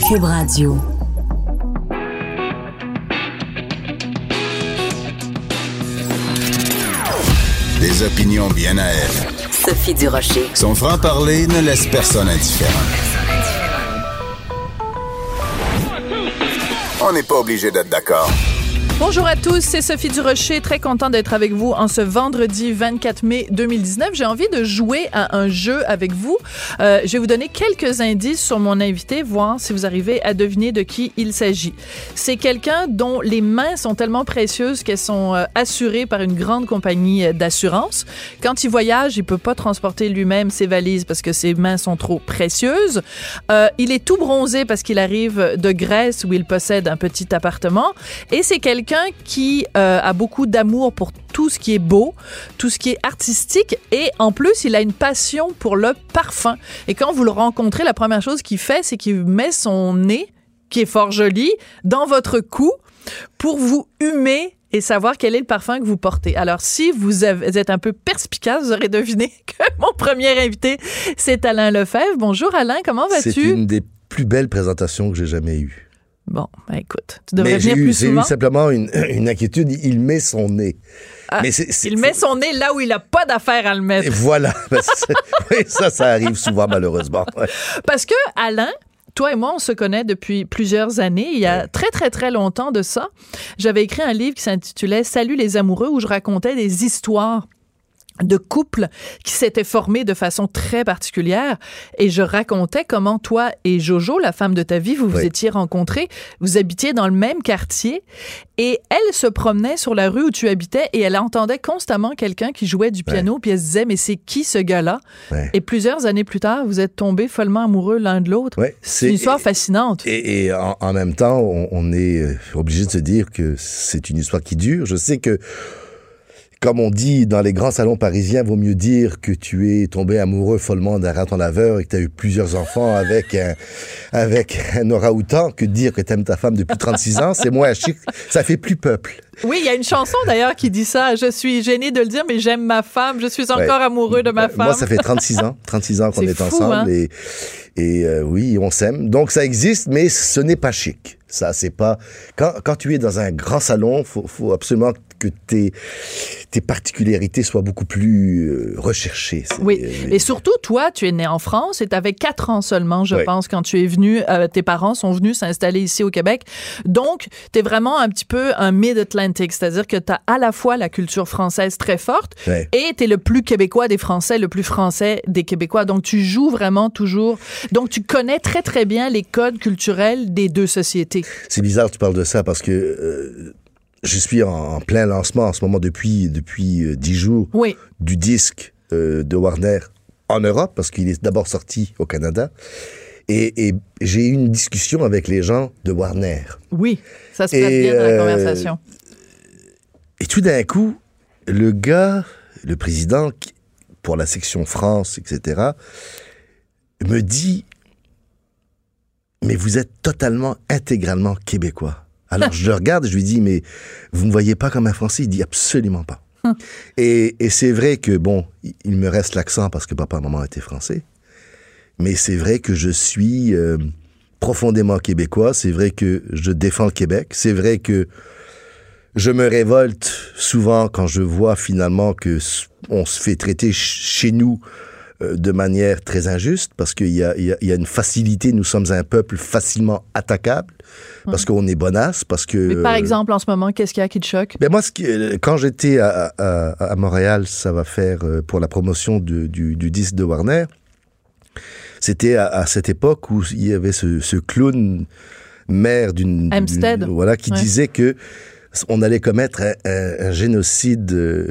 Cube Radio. Des opinions bien à elle. Sophie Durocher. Son franc-parler ne laisse personne indifférent. On n'est pas obligé d'être d'accord. Bonjour à tous, c'est Sophie Durocher, très content d'être avec vous en ce vendredi 24 mai 2019. J'ai envie de jouer à un jeu avec vous. Je vais vous donner quelques indices sur mon invité, voir si vous arrivez à deviner de qui il s'agit. C'est quelqu'un dont les mains sont tellement précieuses qu'elles sont assurées par une grande compagnie d'assurance. Quand il voyage, il peut pas transporter lui-même ses valises parce que ses mains sont trop précieuses. Il est tout bronzé parce qu'il arrive de Grèce où il possède un petit appartement. Et c'est quelqu'un qui a beaucoup d'amour pour tout ce qui est beau, tout ce qui est artistique, et en plus, il a une passion pour le parfum. Et quand vous le rencontrez, la première chose qu'il fait, c'est qu'il met son nez, qui est fort joli, dans votre cou pour vous humer et savoir quel est le parfum que vous portez. Alors, si vous êtes un peu perspicace, vous aurez deviné que mon premier invité, c'est Alain Lefebvre. Bonjour Alain, comment vas-tu? C'est une des plus belles présentations que j'ai jamais eues. Bon, ben écoute, tu devrais venir plus souvent. J'ai eu simplement une inquiétude. Il met son nez. Ah, mais il met son nez là où il n'a pas d'affaire à le mettre. Et voilà. Oui, ça arrive souvent, malheureusement. Ouais. Parce que, Alain, toi et moi, on se connaît depuis plusieurs années. Il y a très, très, très longtemps de ça, j'avais écrit un livre qui s'intitulait « Salut les amoureux » où je racontais des histoires de couples qui s'étaient formés de façon très particulière, et je racontais comment toi et Jojo, la femme de ta vie, vous étiez rencontrés, vous habitiez dans le même quartier, et elle se promenait sur la rue où tu habitais et elle entendait constamment quelqu'un qui jouait du piano, puis elle se disait, mais c'est qui ce gars-là? Et plusieurs années plus tard, vous êtes tombés follement amoureux l'un de l'autre. C'est une histoire fascinante. Et en même temps, on est obligé de se dire que c'est une histoire qui dure. Je sais que comme on dit dans les grands salons parisiens, vaut mieux dire que tu es tombé amoureux follement d'un raton laveur et que tu as eu plusieurs enfants avec un orang-outan que de dire que tu aimes ta femme depuis 36 ans. C'est moins chic. Ça fait plus peuple. Oui, il y a une chanson d'ailleurs qui dit ça. Je suis gênée de le dire, mais j'aime ma femme. Je suis encore amoureux de ma femme. Moi, ça fait 36 ans qu'on est ensemble. Hein? Et oui, on s'aime. Donc, ça existe, mais ce n'est pas chic. Ça, c'est pas... Quand tu es dans un grand salon, faut absolument que tes particularités soient beaucoup plus recherchées. Oui, et surtout, toi, tu es né en France et tu avais 4 ans seulement, je pense, quand tu es venu. Tes parents sont venus s'installer ici au Québec. Donc, tu es vraiment un petit peu un mid-Atlantic, c'est-à-dire que tu as à la fois la culture française très forte et tu es le plus québécois des Français, le plus français des Québécois. Donc, tu joues vraiment toujours... Donc, tu connais très, très bien les codes culturels des deux sociétés. C'est bizarre que tu parles de ça parce que je suis en plein lancement en ce moment depuis 10 jours du disque de Warner en Europe parce qu'il est d'abord sorti au Canada. Et j'ai eu une discussion avec les gens de Warner. Oui, ça se prête bien dans la conversation. Et tout d'un coup, le gars, le président, pour la section France, etc., me dit... Mais vous êtes totalement, intégralement québécois. Alors, je le regarde et je lui dis, mais vous ne me voyez pas comme un Français? Il dit absolument pas. Et c'est vrai que, bon, il me reste l'accent parce que papa et maman étaient français. Mais c'est vrai que je suis profondément québécois. C'est vrai que je défends le Québec. C'est vrai que je me révolte souvent quand je vois finalement que on se fait traiter chez nous de manière très injuste, parce qu'il y a une facilité, nous sommes un peuple facilement attaquable, parce qu'on est bonasse, parce que... Mais par exemple, en ce moment, qu'est-ce qu'il y a qui te choque? Ben moi, quand j'étais à Montréal, ça va faire pour la promotion du disque de Warner, c'était à cette époque où il y avait ce clown maire qui disait que on allait commettre un génocide.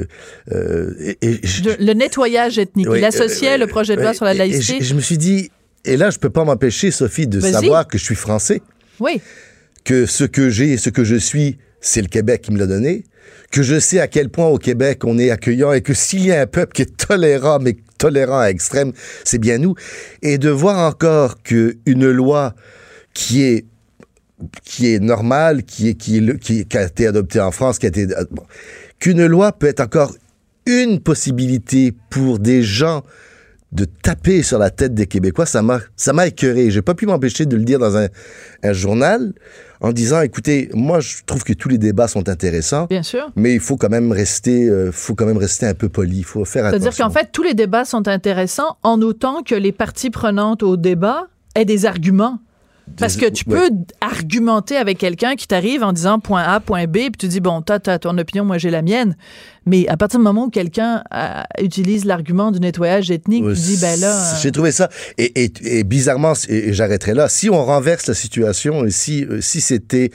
Le nettoyage ethnique. Il associait le projet de loi sur la laïcité. Et je me suis dit, et là, je peux pas m'empêcher, Sophie, de savoir que je suis français. Oui. Que ce que j'ai et ce que je suis, c'est le Québec qui me l'a donné. Que je sais à quel point au Québec on est accueillant et que s'il y a un peuple qui est tolérant, mais tolérant à extrême, c'est bien nous. Et de voir encore qu'une loi qui est normale, qui a été adoptée en France, qu'une loi peut être encore une possibilité pour des gens taper sur la tête des Québécois, ça m'a écœuré. J'ai pas pu m'empêcher de le dire dans un journal en disant, écoutez, moi, je trouve que tous les débats sont intéressants. Bien sûr. Mais il faut quand même rester un peu poli. Il faut faire attention. C'est-à-dire qu'en fait, tous les débats sont intéressants en autant que les parties prenantes au débat aient des arguments. Parce que tu peux argumenter avec quelqu'un qui t'arrive en disant point A, point B, puis tu dis, bon, t'as ton opinion, moi j'ai la mienne. Mais à partir du moment où quelqu'un utilise l'argument du nettoyage ethnique, tu dis, ben là... J'ai trouvé ça. Et bizarrement, et j'arrêterai là, si on renverse la situation, et si c'était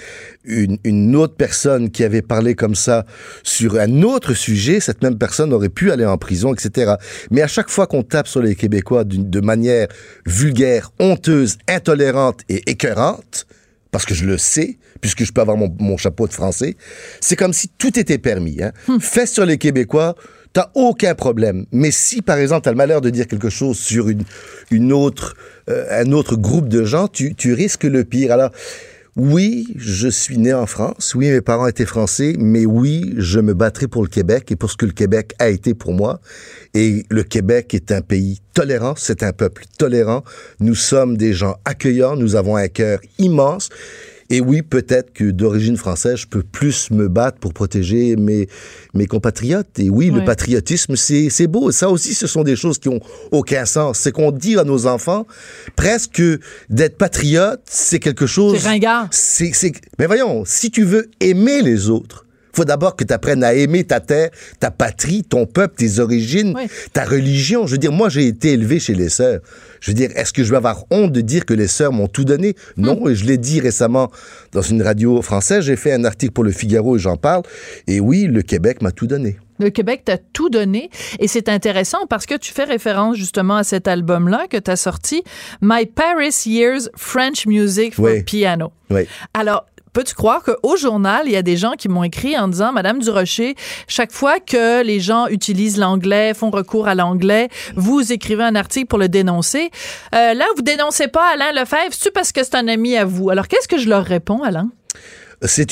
une autre personne qui avait parlé comme ça sur un autre sujet, cette même personne aurait pu aller en prison, etc. Mais à chaque fois qu'on tape sur les Québécois de manière vulgaire, honteuse, intolérante et écœurante, parce que je le sais, puisque je peux avoir mon chapeau de français, c'est comme si tout était permis. Hein. Fais sur les Québécois, t'as aucun problème. Mais si, par exemple, t'as le malheur de dire quelque chose sur un autre groupe de gens, tu risques le pire. Alors, oui, je suis né en France. Oui, mes parents étaient français. Mais oui, je me battrai pour le Québec et pour ce que le Québec a été pour moi. Et le Québec est un pays tolérant. C'est un peuple tolérant. Nous sommes des gens accueillants. Nous avons un cœur immense. Et oui, peut-être que d'origine française, je peux plus me battre pour protéger mes compatriotes. Et oui, le patriotisme, c'est beau. Ça aussi, ce sont des choses qui ont aucun sens. C'est qu'on dit à nos enfants presque d'être patriote, c'est quelque chose... C'est ringard. Mais voyons, si tu veux aimer les autres, faut d'abord que tu apprennes à aimer ta terre, ta patrie, ton peuple, tes origines, ta religion. Je veux dire, moi, j'ai été élevé chez les sœurs. Je veux dire, est-ce que je vais avoir honte de dire que les sœurs m'ont tout donné? Non, et je l'ai dit récemment dans une radio française. J'ai fait un article pour Le Figaro et j'en parle. Et oui, le Québec m'a tout donné. Le Québec t'a tout donné. Et c'est intéressant parce que tu fais référence justement à cet album-là que tu as sorti, My Paris Years French Music for Piano. Oui. Alors, peux-tu croire qu'au journal, il y a des gens qui m'ont écrit en disant, Madame Durocher, chaque fois que les gens utilisent l'anglais, font recours à l'anglais, vous écrivez un article pour le dénoncer. Là, vous dénoncez pas Alain Lefebvre, c'est parce que c'est un ami à vous. Alors, qu'est-ce que je leur réponds, Alain? C'est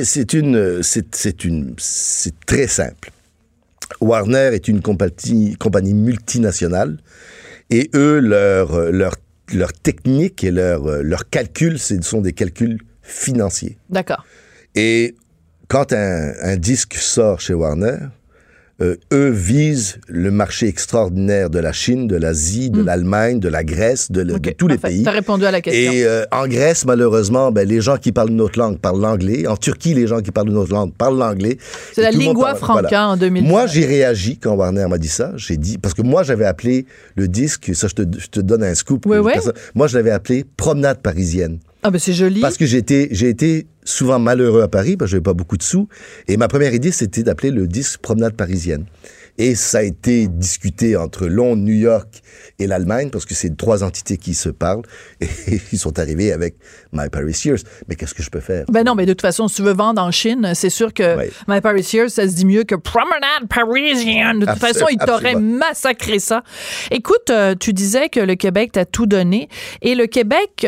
très simple. Warner est une compagnie multinationale et eux, leur technique et leur calcul, ce sont des calculs financiers. D'accord. Et quand un disque sort chez Warner, eux visent le marché extraordinaire de la Chine, de l'Asie, de l'Allemagne, de la Grèce, de tous les pays. Tu as répondu à la question. Et en Grèce, malheureusement, les gens qui parlent une autre langue parlent l'anglais. En Turquie, les gens qui parlent une autre langue parlent l'anglais. C'est la lingua franca en 2000. Moi, j'ai réagi quand Warner m'a dit ça. J'ai dit, parce que moi, j'avais appelé le disque, ça, je te donne un scoop. Moi, je l'avais appelé Promenade parisienne. Ah, ben c'est joli. Parce que j'ai été souvent malheureux à Paris, parce que j'avais pas beaucoup de sous. Et ma première idée, c'était d'appeler le disque Promenade parisienne. Et ça a été discuté entre Londres, New York et l'Allemagne, parce que c'est 3 entités qui se parlent. Et ils sont arrivés avec My Paris Years. Mais qu'est-ce que je peux faire? Ben non, mais de toute façon, si tu veux vendre en Chine, c'est sûr que My Paris Years, ça se dit mieux que Promenade parisienne. De toute façon, ils t'auraient massacré ça. Écoute, tu disais que le Québec t'a tout donné. Et le Québec...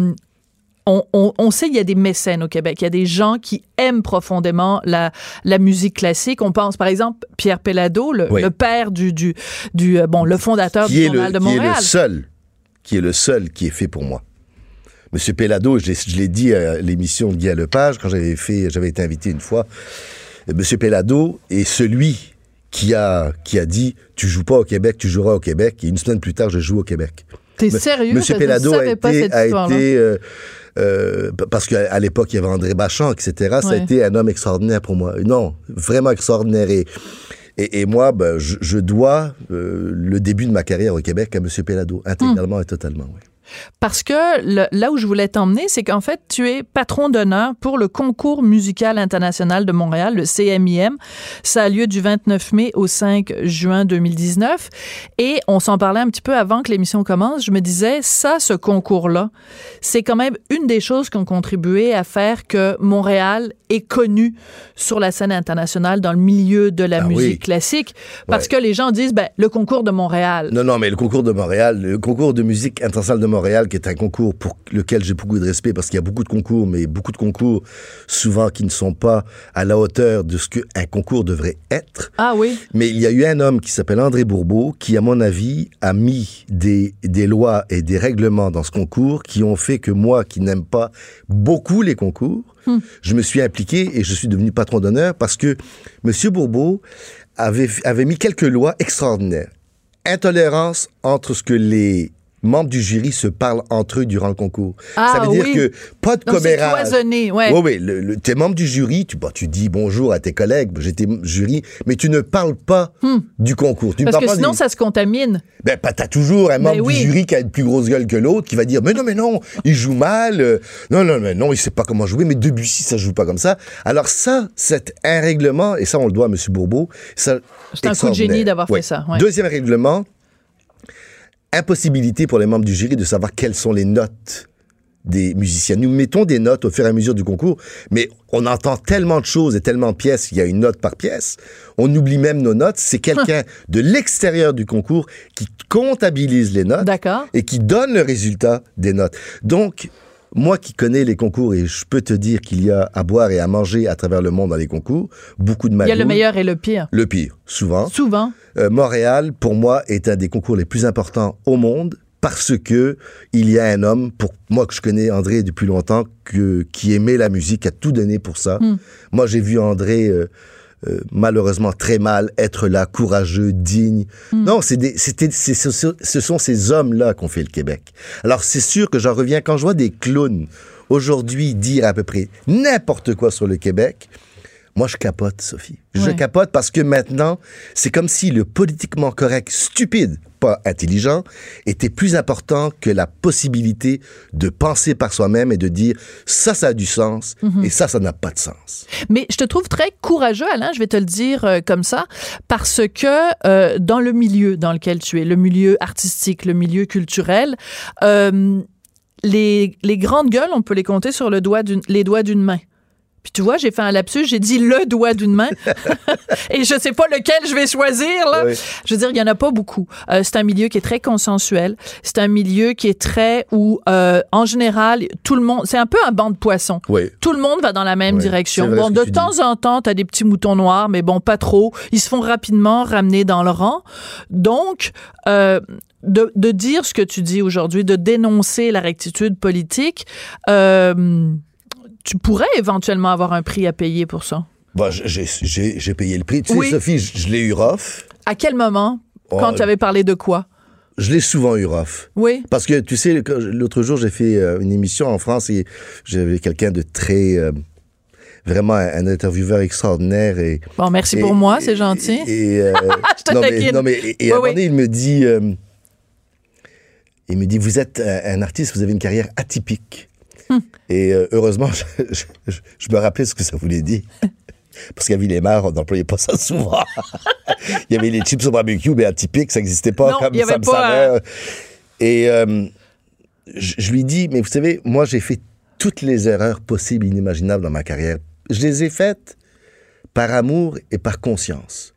On sait qu'il y a des mécènes au Québec. Il y a des gens qui aiment profondément la musique classique. On pense, par exemple, Pierre Péladeau, le père le fondateur du Journal de Montréal. Qui est le seul qui est fait pour moi. Monsieur Péladeau, je l'ai dit à l'émission de Guy Lepage, quand j'avais été invité une fois. Monsieur Péladeau est celui qui a dit, tu joues pas au Québec, tu joueras au Québec. Et une semaine plus tard, je joue au Québec. T'es sérieux? Monsieur Péladeau a été parce qu'à l'époque, il y avait André Bachand, etc. Ça a été un homme extraordinaire pour moi. Non, vraiment extraordinaire. Et moi, je dois le début de ma carrière au Québec à M. Péladeau, intégralement et totalement, oui. Parce que là où je voulais t'emmener, c'est qu'en fait, tu es patron d'honneur pour le Concours musical international de Montréal, le CMIM. Ça a lieu du 29 mai au 5 juin 2019. Et on s'en parlait un petit peu avant que l'émission commence. Je me disais, ce concours-là, c'est quand même une des choses qui ont contribué à faire que Montréal est connu sur la scène internationale dans le milieu de la musique classique. Parce que les gens disent, le concours de Montréal. Non, mais le concours de Montréal, le concours de musique internationale de Montréal, Montréal, qui est un concours pour lequel j'ai beaucoup de respect, parce qu'il y a beaucoup de concours, mais beaucoup de concours, souvent, qui ne sont pas à la hauteur de ce qu'un concours devrait être. Ah oui? Mais il y a eu un homme qui s'appelle André Bourbeau, qui, à mon avis, a mis des lois et des règlements dans ce concours qui ont fait que moi, qui n'aime pas beaucoup les concours, je me suis impliqué et je suis devenu patron d'honneur parce que M. Bourbeau avait mis quelques lois extraordinaires. Intolérance entre ce que les membres du jury se parlent entre eux durant le concours. Ça veut dire que pas de commérage. C'est cloisonné, ouais. Oui. T'es membre du jury, tu dis bonjour à tes collègues, j'étais jury, mais tu ne parles pas du concours. Parce que sinon, ça se contamine. Ben, t'as toujours un membre du jury qui a une plus grosse gueule que l'autre, qui va dire, mais non, il joue mal, non, il sait pas comment jouer, mais Debussy, ça joue pas comme ça. Alors ça, c'est un règlement, et ça, on le doit à M. Bourbeau. C'est un coup de génie d'avoir fait ça. Ouais. Deuxième règlement, impossibilité pour les membres du jury de savoir quelles sont les notes des musiciens. Nous mettons des notes au fur et à mesure du concours, mais on entend tellement de choses et tellement de pièces, il y a une note par pièce, on oublie même nos notes. C'est quelqu'un de l'extérieur du concours qui comptabilise les notes et qui donne le résultat des notes. Donc, moi qui connais les concours, et je peux te dire qu'il y a à boire et à manger à travers le monde dans les concours, beaucoup de magouilles. Il y a le meilleur et le pire. Le pire, souvent. Souvent. Montréal, pour moi, est un des concours les plus importants au monde parce que il y a un homme, pour moi que je connais André depuis longtemps, qui aimait la musique, qui a tout donné pour ça. Moi, j'ai vu André... malheureusement très mal, être là, courageux, digne. Non, ce sont ces hommes-là qu'on fait le Québec. Alors, c'est sûr que j'en reviens, quand je vois des clowns aujourd'hui dire à peu près n'importe quoi sur le Québec, moi, je capote, Sophie. Je capote parce que maintenant, c'est comme si le politiquement correct, stupide, pas intelligent, était plus important que la possibilité de penser par soi-même et de dire ça a du sens et ça n'a pas de sens. Mais je te trouve très courageux, Alain, je vais te le dire comme ça, parce que dans le milieu dans lequel tu es, le milieu artistique, le milieu culturel, les grandes gueules, on peut les compter sur les doigts d'une main. Puis tu vois, j'ai fait un lapsus, j'ai dit le doigt d'une main. Et je sais pas lequel je vais choisir, là. Oui. Je veux dire, il y en a pas beaucoup. C'est un milieu qui est très consensuel. C'est un milieu qui est très où, en général, tout le monde, c'est un peu un banc de poissons. Oui. Tout le monde va dans la même direction. Bon, de temps en temps, t'as des petits moutons noirs, mais bon, pas trop. Ils se font rapidement ramener dans le rang. Donc, de dire ce que tu dis aujourd'hui, de dénoncer la rectitude politique, tu pourrais éventuellement avoir un prix à payer pour ça. Bon, j'ai payé le prix. Tu sais, Sophie, je l'ai eu rough. À quel moment? Quand tu avais parlé de quoi? Je l'ai souvent eu rough. Oui. Parce que, tu sais, l'autre jour, j'ai fait une émission en France et j'avais quelqu'un de très... vraiment un intervieweur extraordinaire. Bon, merci pour moi, c'est gentil. Je te taquine. À un moment donné, il me dit, vous êtes un artiste, vous avez une carrière atypique. Et heureusement, je me rappelais ce que ça voulait dire. Parce qu'à Villemar, on n'employait pas ça souvent. Il y avait les chips au barbecue, mais atypiques, ça n'existait pas non, comme ça me savait. Et je lui dis, mais vous savez, moi, j'ai fait toutes les erreurs possibles et inimaginables dans ma carrière. Je les ai faites par amour et par conscience.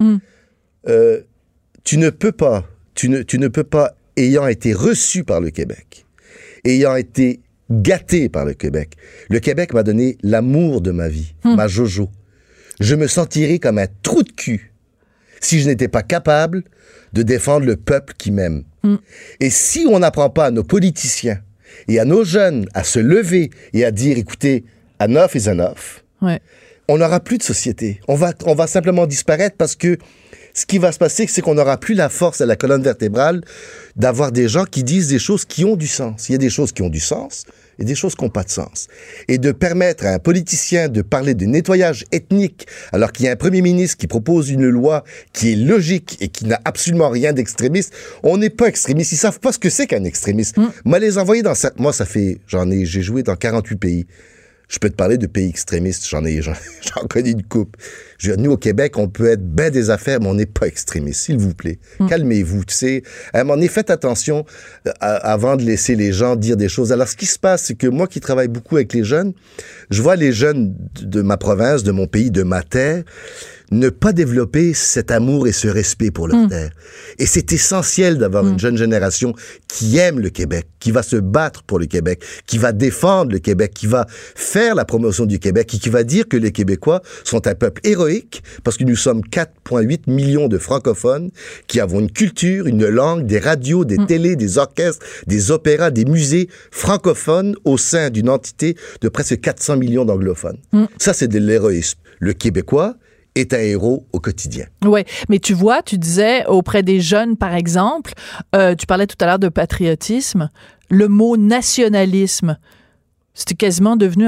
Tu ne peux pas, ayant été reçu par le Québec, ayant été gâté par le Québec. Le Québec m'a donné l'amour de ma vie, ma Jojo. Je me sentirais comme un trou de cul si je n'étais pas capable de défendre le peuple qui m'aime. Et si on n'apprend pas à nos politiciens et à nos jeunes à se lever et à dire, écoutez, enough is enough, on n'aura plus de société. On va simplement disparaître parce que ce qui va se passer, c'est qu'on n'aura plus la force à la colonne vertébrale d'avoir des gens qui disent des choses qui ont du sens. Il y a des choses qui ont du sens et des choses qui n'ont pas de sens. Et de permettre à un politicien de parler de nettoyage ethnique alors qu'il y a un premier ministre qui propose une loi qui est logique et qui n'a absolument rien d'extrémiste, on n'est pas extrémiste. Ils savent pas ce que c'est qu'un extrémiste. Moi, les envoyer dans cette... Moi, j'ai joué dans 48 pays. Je peux te parler de pays extrémistes, j'en connais une coupe. Nous, au Québec, on peut être ben des affaires, mais on n'est pas extrémistes, s'il vous plaît. Calmez-vous, tu sais. À un moment donné, faites attention avant de laisser les gens dire des choses. Alors, ce qui se passe, c'est que moi qui travaille beaucoup avec les jeunes, je vois les jeunes de ma province, de mon pays, de ma terre, ne pas développer cet amour et ce respect pour leur terre. Et c'est essentiel d'avoir une jeune génération qui aime le Québec, qui va se battre pour le Québec, qui va défendre le Québec, qui va faire la promotion du Québec et qui va dire que les Québécois sont un peuple héroïque parce que nous sommes 4,8 millions de francophones qui avons une culture, une langue, des radios, des télés, des orchestres, des opéras, des musées francophones au sein d'une entité de presque 400 millions d'anglophones. Ça, c'est de l'héroïsme. Le Québécois est un héros au quotidien. Oui, mais tu vois, tu disais auprès des jeunes, par exemple, tu parlais tout à l'heure de patriotisme, le mot nationalisme, c'était quasiment devenu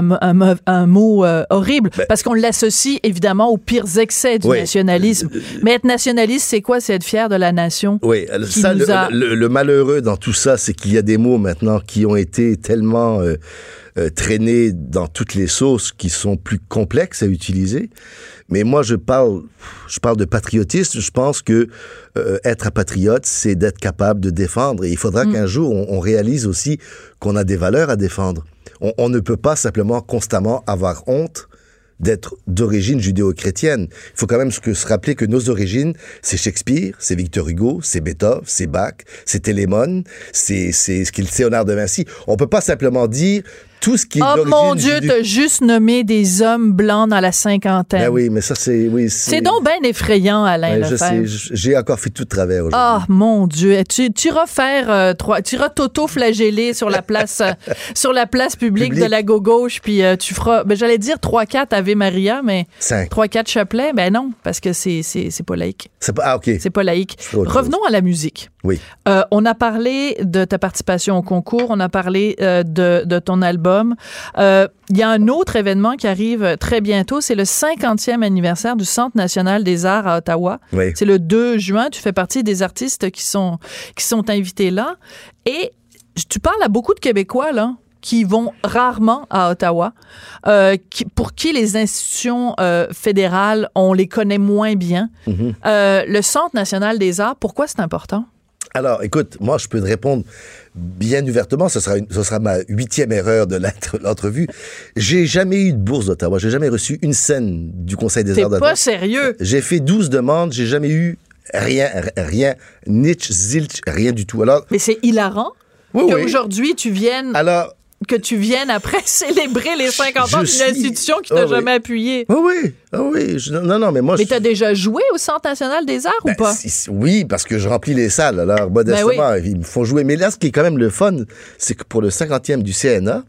un mot horrible, parce qu'on l'associe évidemment aux pires excès du nationalisme. Mais être nationaliste, c'est quoi? C'est être fier de la nation. Oui, ça, le malheureux dans tout ça, c'est qu'il y a des mots maintenant qui ont été tellement traînés dans toutes les sauces qui sont plus complexes à utiliser. Mais moi, je parle de patriotisme. Je pense que être un patriote, c'est d'être capable de défendre. Et il faudra qu'un jour, on réalise aussi qu'on a des valeurs à défendre. On ne peut pas simplement constamment avoir honte d'être d'origine judéo-chrétienne. Il faut quand même se rappeler que nos origines, c'est Shakespeare, c'est Victor Hugo, c'est Beethoven, c'est Bach, c'est Télémone, c'est Léonard de Vinci. On peut pas simplement dire tout ce qui est d'origine... Oh mon Dieu, t'as juste nommé des hommes blancs dans la cinquantaine. Ben oui, mais ça, c'est... Oui, c'est donc bien effrayant, Alain Lefebvre. Je sais, j'ai encore fait tout de travers aujourd'hui. Ah, mon Dieu. Tu iras faire... tu iras t'auto-flageller sur la place publique de la gauche, puis tu feras... Ben, j'allais dire 3-4 Ave Maria, mais 3-4 chapelets, ben non, parce que c'est pas laïque. OK. C'est pas laïque. Revenons à la musique. Oui. On a parlé de ta participation au concours, on a parlé de ton album. Il y a un autre événement qui arrive très bientôt, c'est le 50e anniversaire du Centre national des arts à Ottawa. Oui. C'est le 2 juin, tu fais partie des artistes qui sont invités là. Et tu parles à beaucoup de Québécois, là, qui vont rarement à Ottawa, pour qui les institutions fédérales, on les connaît moins bien. Le Centre national des arts, pourquoi c'est important? Alors, écoute, moi, je peux te répondre bien ouvertement. Ce sera ma 8e erreur de l'entrevue. J'ai jamais eu de bourse d'Ottawa. J'ai jamais reçu une scène du Conseil des arts d'Ottawa. T'es pas sérieux? J'ai fait 12 demandes. J'ai jamais eu rien, nitch, zilch, rien du tout. Alors, mais c'est hilarant qu'aujourd'hui, tu viennes... Alors, que tu viennes après célébrer les 50 ans d'une institution qui t'a jamais appuyé. Oui. Non, mais moi... Mais t'as déjà joué au Centre national des arts ou pas? Oui, parce que je remplis les salles. Alors, modestement, ils me font jouer. Mais là, ce qui est quand même le fun, c'est que pour le 50e du CNA,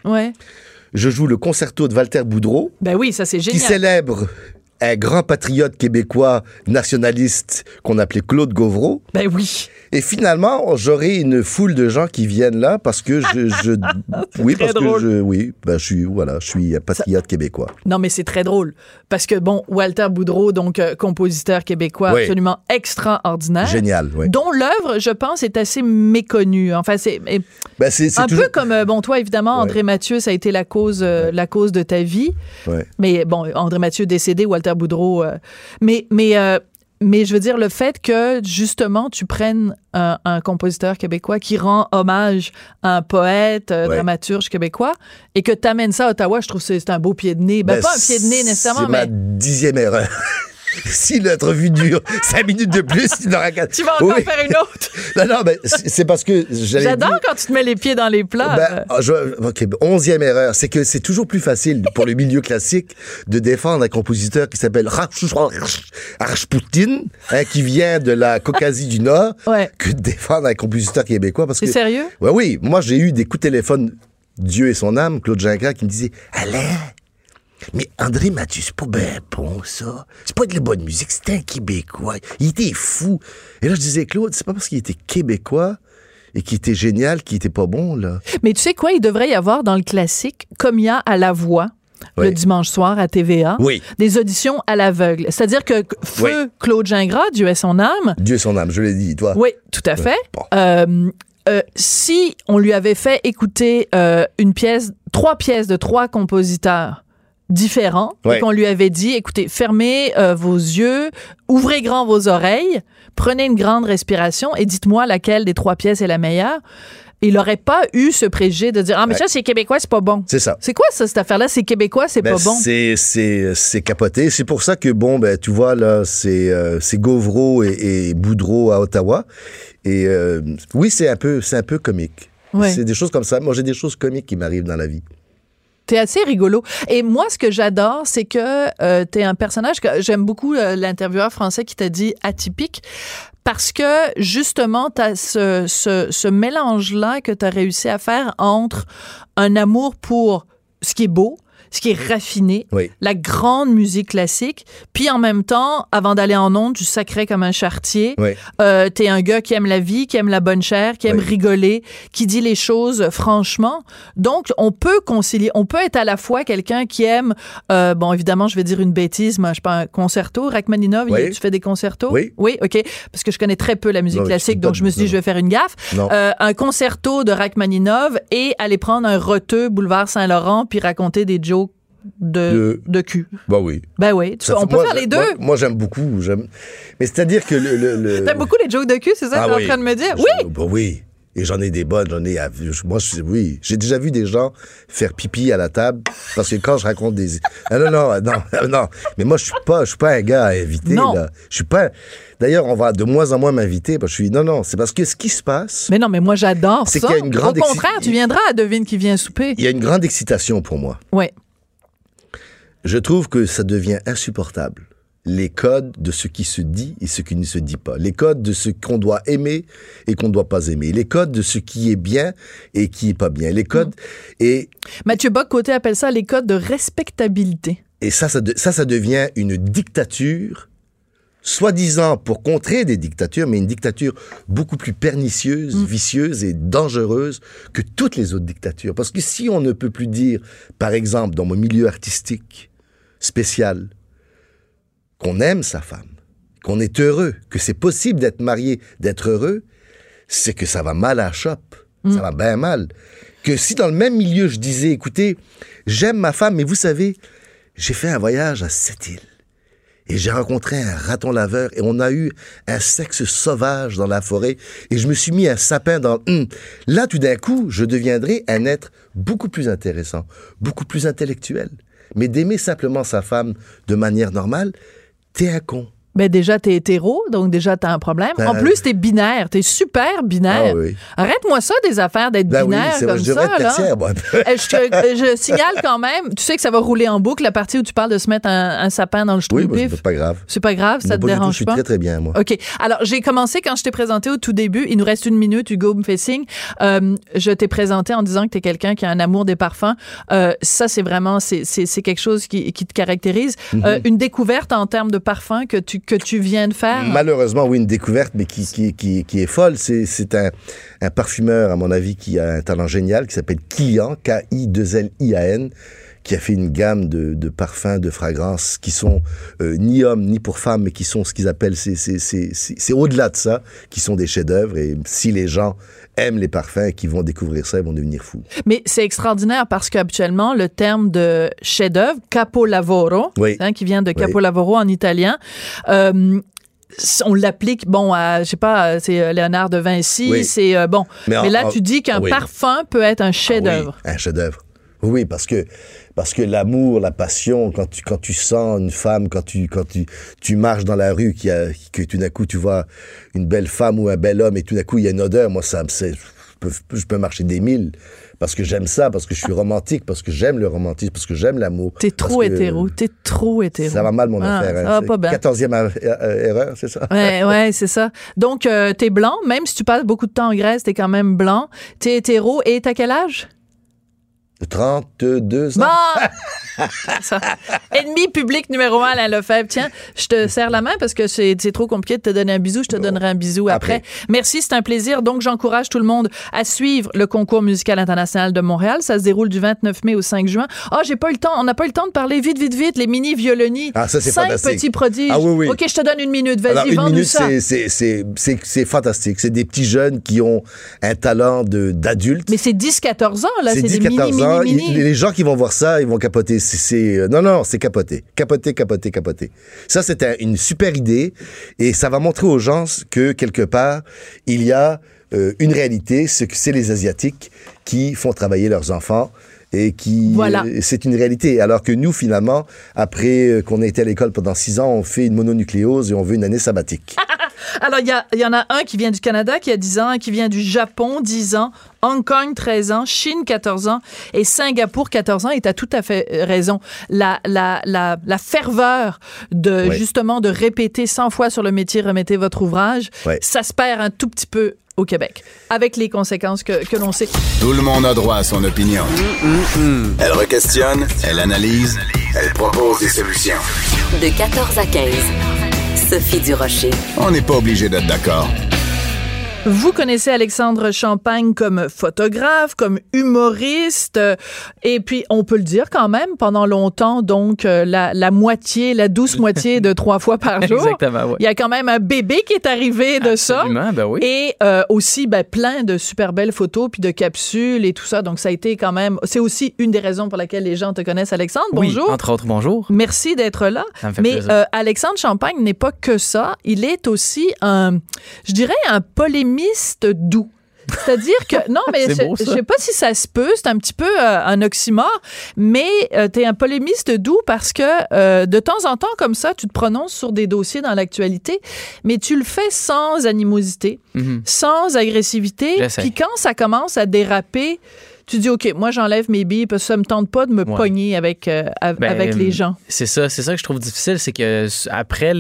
je joue le concerto de Walter Boudreau. Ben oui, ça c'est génial. Qui célèbre un grand patriote québécois nationaliste qu'on appelait Claude Gauvreau. Ben oui. Et finalement, j'aurai une foule de gens qui viennent là parce que je suis un patriote québécois. Non, mais c'est très drôle parce que Walter Boudreau, donc compositeur québécois absolument extraordinaire. Génial, oui. Dont l'œuvre, je pense, est assez méconnue. Enfin, c'est un peu comme toi évidemment, André Mathieu, ça a été la cause de ta vie. Ouais. Mais André Mathieu décédé, Walter Boudreau, mais je veux dire, le fait que, justement, tu prennes un compositeur québécois qui rend hommage à un poète, dramaturge québécois, et que tu amènes ça à Ottawa, je trouve que c'est un beau pied de nez. Pas un pied de nez nécessairement, mais... C'est ma 10e erreur. Si l'entrevue dure 5 minutes de plus, tu n'auras qu'à... Tu vas encore faire une autre. Non, mais c'est parce que... J'adore quand tu te mets les pieds dans les plats. 11e erreur, c'est que c'est toujours plus facile pour le milieu classique de défendre un compositeur qui s'appelle Rajputin, qui vient de la Caucasie du Nord, que de défendre un compositeur québécois. Parce que, sérieux? Oui. Moi, j'ai eu des coups de téléphone, Dieu et son âme, Claude Gingras, qui me disait « Alain, mais André Mathieu, c'est pas bien bon, ça. C'est pas de la bonne musique, c'était un Québécois. Il était fou. » Et là, je disais, Claude, c'est pas parce qu'il était Québécois et qu'il était génial qu'il était pas bon, là. Mais tu sais quoi, il devrait y avoir dans le classique, comme il y a à La Voix, le dimanche soir à TVA, des auditions à l'aveugle. C'est-à-dire que feu Claude Gingras, Dieu ait son âme. Dieu ait son âme, je l'ai dit, toi. Oui, tout à fait. Bon. Si on lui avait fait écouter 3 pièces de 3 compositeurs différents et qu'on lui avait dit, écoutez, fermez vos yeux, ouvrez grand vos oreilles, prenez une grande respiration et dites-moi laquelle des 3 pièces est la meilleure. il n'aurait pas eu ce préjugé de dire « Ah, mais ça, c'est québécois, c'est pas bon. » C'est ça. C'est quoi ça, cette affaire-là? C'est québécois, c'est pas bon. C'est capoté. C'est pour ça que, tu vois, là, c'est Gauvreau et Boudreau à Ottawa. Et oui, c'est un peu comique. Ouais. C'est des choses comme ça. Moi, j'ai des choses comiques qui m'arrivent dans la vie. T'es assez rigolo. Et moi, ce que j'adore, c'est que t'es un personnage que j'aime beaucoup, l'intervieweur français qui t'a dit atypique, parce que, justement, t'as ce mélange-là que t'as réussi à faire entre un amour pour ce qui est beau, ce qui est raffiné, oui. La grande musique classique, puis en même temps, avant d'aller en ondes, tu sacrais comme un charretier. Oui. T'es un gars qui aime la vie, qui aime la bonne chair, qui aime rigoler, qui dit les choses franchement. Donc, on peut concilier, on peut être à la fois quelqu'un qui aime, évidemment, je vais dire une bêtise, mais je sais pas, un concerto, Rachmaninov, tu fais des concertos? Oui. Oui, OK, parce que je connais très peu la musique classique, donc je me suis dit, je vais faire une gaffe. Un concerto de Rachmaninov et aller prendre un roteux boulevard Saint-Laurent puis raconter des jokes de cul. Ben oui. Ben oui. On peut faire les deux. Moi, j'aime beaucoup. Mais c'est-à-dire que T'aimes beaucoup les jokes de cul, c'est ça que t'es en train de me dire? Oui! Ben oui. Et j'en ai des bonnes. Oui. J'ai déjà vu des gens faire pipi à la table parce que quand je raconte des... Non. Mais moi, je suis pas un gars à inviter, non. Là. Je suis pas... D'ailleurs, on va de moins en moins m'inviter parce que Non, c'est parce que ce qui se passe... Mais non, mais moi, j'adore c'est ça. Qu'il y a une grande Au contraire, tu viendras à Devine qui vient souper. Il y a une grande excitation pour moi. Oui. Je trouve que ça devient insupportable. Les codes de ce qui se dit et ce qui ne se dit pas. Les codes de ce qu'on doit aimer et qu'on ne doit pas aimer. Les codes de ce qui est bien et qui n'est pas bien. Les codes... Et Mathieu Bock-Côté appelle ça les codes de respectabilité. Et ça devient une dictature, soi-disant pour contrer des dictatures, mais une dictature beaucoup plus pernicieuse, vicieuse et dangereuse que toutes les autres dictatures. Parce que si on ne peut plus dire, par exemple, dans mon milieu artistique spécial, qu'on aime sa femme, qu'on est heureux, que c'est possible d'être marié, d'être heureux, c'est que ça va mal à la chope. Ça va bien mal. Que si dans le même milieu, je disais, écoutez, j'aime ma femme, mais vous savez, j'ai fait un voyage à Sept-Îles et j'ai rencontré un raton laveur et on a eu un sexe sauvage dans la forêt et je me suis mis un sapin dans... Là, tout d'un coup, je deviendrai un être beaucoup plus intéressant, beaucoup plus intellectuel. Mais d'aimer simplement sa femme de manière normale, t'es un con. Ben déjà, t'es hétéro, donc déjà, t'as un problème. En plus, t'es binaire. T'es super binaire. Ah oui. Arrête-moi ça, des affaires d'être binaire oui, comme je ça. tertiaire, moi. Je signale quand même, tu sais que ça va rouler en boucle, la partie où tu parles de se mettre un sapin dans le ch'trouille pif. C'est pas grave. C'est pas grave, ça te dérange pas? Je suis très, très bien, moi. OK. Alors, j'ai commencé quand je t'ai présenté au tout début. Il nous reste 1 minute, Hugo me fait signe. Je t'ai présenté en disant que t'es quelqu'un qui a un amour des parfums. Ça, c'est vraiment, c'est quelque chose qui te caractérise. Une découverte en termes de parfums que tu viens de faire? Malheureusement, oui, une découverte, mais qui est folle. C'est un parfumeur, à mon avis, qui a un talent génial, qui s'appelle Kilian, K-I-2-L-I-A-N, qui a fait une gamme de parfums, de fragrances qui sont ni hommes, ni pour femmes, mais qui sont ce qu'ils appellent, c'est au-delà de ça, qui sont des chefs-d'œuvre. Et si les gens aiment les parfums et qui vont découvrir ça, ils vont devenir fous. Mais c'est extraordinaire parce qu'habituellement, le terme de chef-d'œuvre, capolavoro, qui vient de capolavoro en italien, on l'applique, à, je sais pas, c'est Léonard de Vinci, c'est bon. Mais là, tu dis qu'un parfum peut être un chef-d'œuvre. Oui, un chef-d'œuvre. Oui, parce que l'amour, la passion, quand tu sens une femme, quand tu marches dans la rue, que tout d'un coup tu vois une belle femme ou un bel homme et tout d'un coup il y a une odeur, moi je peux marcher des milles parce que j'aime ça, parce que je suis romantique, parce que j'aime le romantisme, parce que j'aime l'amour. T'es trop hétéro. Ça va mal mon affaire. Ça va pas bien. 14e erreur, c'est ça? Ouais, c'est ça. Donc, t'es blanc, même si tu passes beaucoup de temps en Grèce, t'es quand même blanc. T'es hétéro et t'as quel âge? 32 ans. Bon! Ça. Ennemi public numéro 1, Alain Lefebvre. Tiens, je te serre la main parce que c'est trop compliqué de te donner un bisou. Je te donnerai un bisou après. Merci, c'est un plaisir. Donc, j'encourage tout le monde à suivre le concours musical international de Montréal. Ça se déroule du 29 mai au 5 juin. J'ai pas eu le temps. On n'a pas eu le temps de parler vite, les mini-violonies. Ça, c'est 5 fantastique. Petits prodiges. Oui. OK, je te donne 1 minute. Vas-y, vends-nous ça. C'est fantastique. C'est des petits jeunes qui ont un talent d'adulte. Mais c'est 10-14 ans, là. C'est des 10-14 ans. mini. Les gens qui vont voir ça, ils vont capoter. Non, c'est capoter. Capoter. Ça, c'était une super idée et ça va montrer aux gens que, quelque part, il y a une réalité, c'est que c'est les Asiatiques qui font travailler leurs enfants et qui... Voilà. C'est une réalité. Alors que nous, finalement, après qu'on a été à l'école pendant 6 ans, on fait une mononucléose et on veut une année sabbatique. Alors, il y en a un qui vient du Canada, qui a 10 ans, un qui vient du Japon, 10 ans, Hong Kong, 13 ans, Chine, 14 ans, et Singapour, 14 ans. Et tu as tout à fait raison. La ferveur de, justement, de répéter 100 fois sur le métier, remettez votre ouvrage, ça se perd un tout petit peu au Québec, avec les conséquences que l'on sait. Tout le monde a droit à son opinion. Elle requestionne, elle analyse, elle propose des solutions. De 14 à 15. Sophie Durocher. On n'est pas obligé d'être d'accord. Vous connaissez Alexandre Champagne comme photographe, comme humoriste, et puis on peut le dire quand même, pendant longtemps, donc la douce moitié de 3 fois par jour. Exactement, oui. Il y a quand même un bébé qui est arrivé de Absolument, ben oui. Et aussi plein de super belles photos puis de capsules et tout ça. Donc ça a été quand même, c'est aussi une des raisons pour laquelle les gens te connaissent, Alexandre. Bonjour. Oui, entre autres, bonjour. Merci d'être là. Ça me fait plaisir. Alexandre Champagne n'est pas que ça. Il est aussi un polémiste doux. C'est-à-dire que, non, mais je sais pas si ça se peut, c'est un petit peu un oxymore, mais t'es un polémiste doux parce que de temps en temps, comme ça, tu te prononces sur des dossiers dans l'actualité, mais tu le fais sans animosité, sans agressivité. Puis quand ça commence à déraper, tu dis, OK, moi, j'enlève mes billes parce que ça me tente pas de me pogner avec les gens. C'est ça que je trouve difficile, c'est que après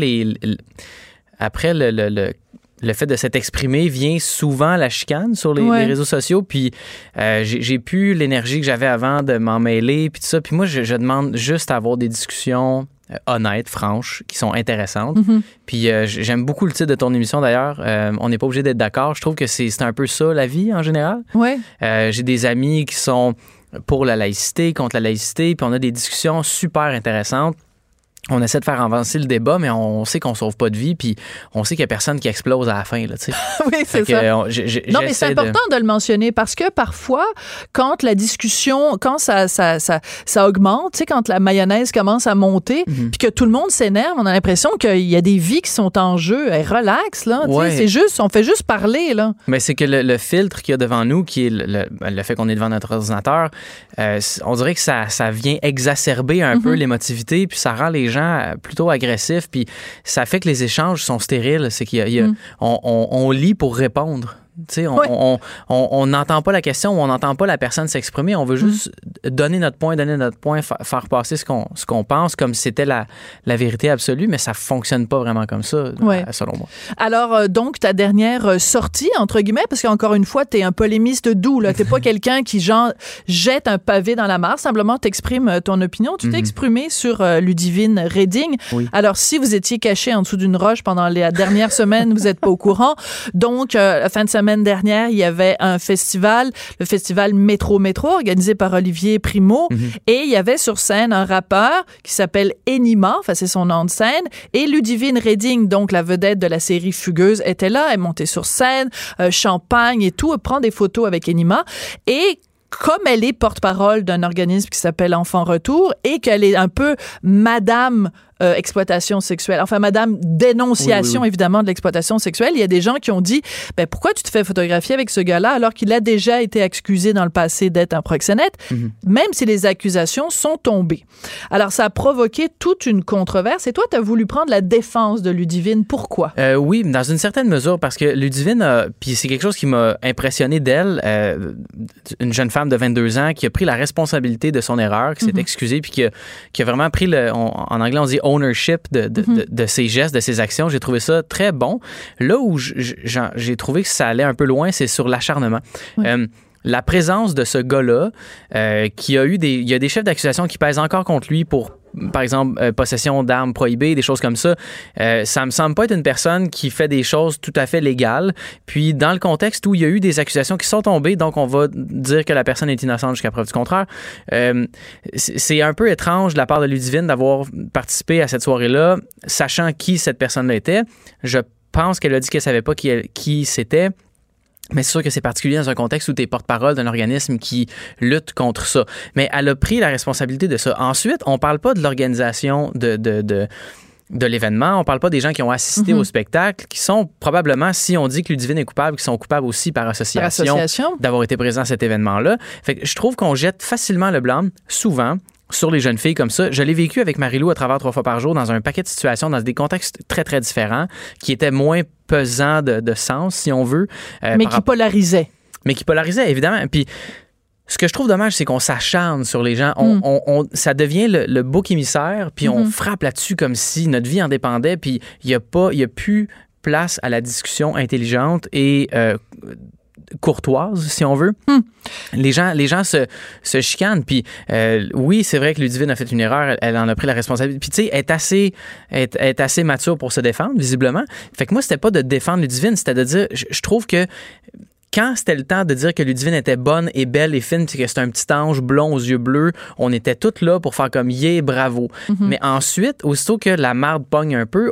le fait de s'être exprimé vient souvent la chicane sur les réseaux sociaux. Puis j'ai plus l'énergie que j'avais avant de m'en mêler, puis tout ça. Puis moi, je demande juste à avoir des discussions honnêtes, franches, qui sont intéressantes. Puis j'aime beaucoup le titre de ton émission, d'ailleurs. On n'est pas obligé d'être d'accord. Je trouve que c'est un peu ça, la vie, en général. Ouais. J'ai des amis qui sont pour la laïcité, contre la laïcité, puis on a des discussions super intéressantes. On essaie de faire avancer le débat, mais on sait qu'on sauve pas de vie, puis on sait qu'il y a personne qui explose à la fin, là, tu sais. Oui, c'est ça. Non, mais c'est important de le mentionner parce que parfois, quand la discussion, quand ça augmente, tu sais, quand la mayonnaise commence à monter, puis que tout le monde s'énerve, on a l'impression qu'il y a des vies qui sont en jeu. Hey, relax, là. Ouais. C'est juste, on fait juste parler, là. Mais c'est que le filtre qu'il y a devant nous, qui est le fait qu'on est devant notre ordinateur, on dirait que ça vient exacerber un peu l'émotivité, puis ça rend les gens plutôt agressifs, puis ça fait que les échanges sont stériles. C'est on lit pour répondre. Tu sais, on n'entend pas la question, on n'entend pas la personne s'exprimer, on veut juste donner notre point, faire passer ce qu'on pense comme si c'était la vérité absolue, mais ça fonctionne pas vraiment comme ça, selon moi. Alors, donc, ta dernière sortie, entre guillemets, parce qu'encore une fois, t'es un polémiste doux, là. T'es pas quelqu'un qui, genre, jette un pavé dans la mare, simplement t'exprimes ton opinion. Tu t'es exprimé sur Ludivine Reding. Oui. Alors, si vous étiez caché en dessous d'une roche pendant la dernière semaine, vous êtes pas au courant. Donc, la fin de semaine dernière, il y avait un festival, le festival Métro, organisé par Olivier Primo, et il y avait sur scène un rappeur qui s'appelle Enima, enfin c'est son nom de scène, et Ludivine Reding, donc la vedette de la série Fugueuse, était là, elle est montée sur scène, champagne et tout, elle prend des photos avec Enima, et comme elle est porte-parole d'un organisme qui s'appelle Enfants Retour et qu'elle est un peu madame exploitation sexuelle, enfin madame dénonciation évidemment de l'exploitation sexuelle, il y a des gens qui ont dit pourquoi tu te fais photographier avec ce gars-là alors qu'il a déjà été accusé dans le passé d'être un proxénète, même si les accusations sont tombées. Alors ça a provoqué toute une controverse et toi tu as voulu prendre la défense de Ludivine. Pourquoi? Oui, dans une certaine mesure, parce que Ludivine, puis c'est quelque chose qui m'a impressionné d'elle, une jeune femme de 22 ans qui a pris la responsabilité de son erreur, qui s'est excusée, puis qui a vraiment pris en anglais on dit ownership de ses gestes, de ses actions. J'ai trouvé ça très bon. Là où j'ai trouvé que ça allait un peu loin, c'est sur l'acharnement. La présence de ce gars-là, il y a des chefs d'accusation qui pèsent encore contre lui pour, par exemple, possession d'armes prohibées, des choses comme ça. Ça me semble pas être une personne qui fait des choses tout à fait légales. Puis, dans le contexte où il y a eu des accusations qui sont tombées, donc on va dire que la personne est innocente jusqu'à preuve du contraire, c'est un peu étrange de la part de Ludivine d'avoir participé à cette soirée-là, sachant qui cette personne-là était. Je pense qu'elle a dit qu'elle savait pas qui c'était. Mais c'est sûr que c'est particulier dans un contexte où tu es porte-parole d'un organisme qui lutte contre ça. Mais elle a pris la responsabilité de ça. Ensuite, on parle pas de l'organisation de de l'événement. On parle pas des gens qui ont assisté au spectacle, qui sont probablement, si on dit que Ludivine est coupable, qui sont coupables aussi par association. D'avoir été présents à cet événement-là. Fait que je trouve qu'on jette facilement le blâme, souvent, sur les jeunes filles comme ça. Je l'ai vécu avec Marie-Lou à travers 3 fois par jour dans un paquet de situations, dans des contextes très, très différents, qui étaient moins pesants de sens, si on veut. Mais qui polarisaient. Mais qui polarisaient, évidemment. Puis, ce que je trouve dommage, c'est qu'on s'acharne sur les gens. Ça devient le bouc émissaire, puis on frappe là-dessus comme si notre vie en dépendait, puis il y a plus place à la discussion intelligente et courtoise, si on veut. Les gens se chicanent. Puis oui, c'est vrai que Ludivine a fait une erreur. Elle en a pris la responsabilité. Puis tu sais, elle est assez mature pour se défendre, visiblement. Fait que moi, c'était pas de défendre Ludivine, c'était de dire, je trouve que quand c'était le temps de dire que Ludivine était bonne et belle et fine, puis que c'était un petit ange blond aux yeux bleus, on était toutes là pour faire comme « yeah, bravo ». Mais ensuite, aussitôt que la marde pogne un peu,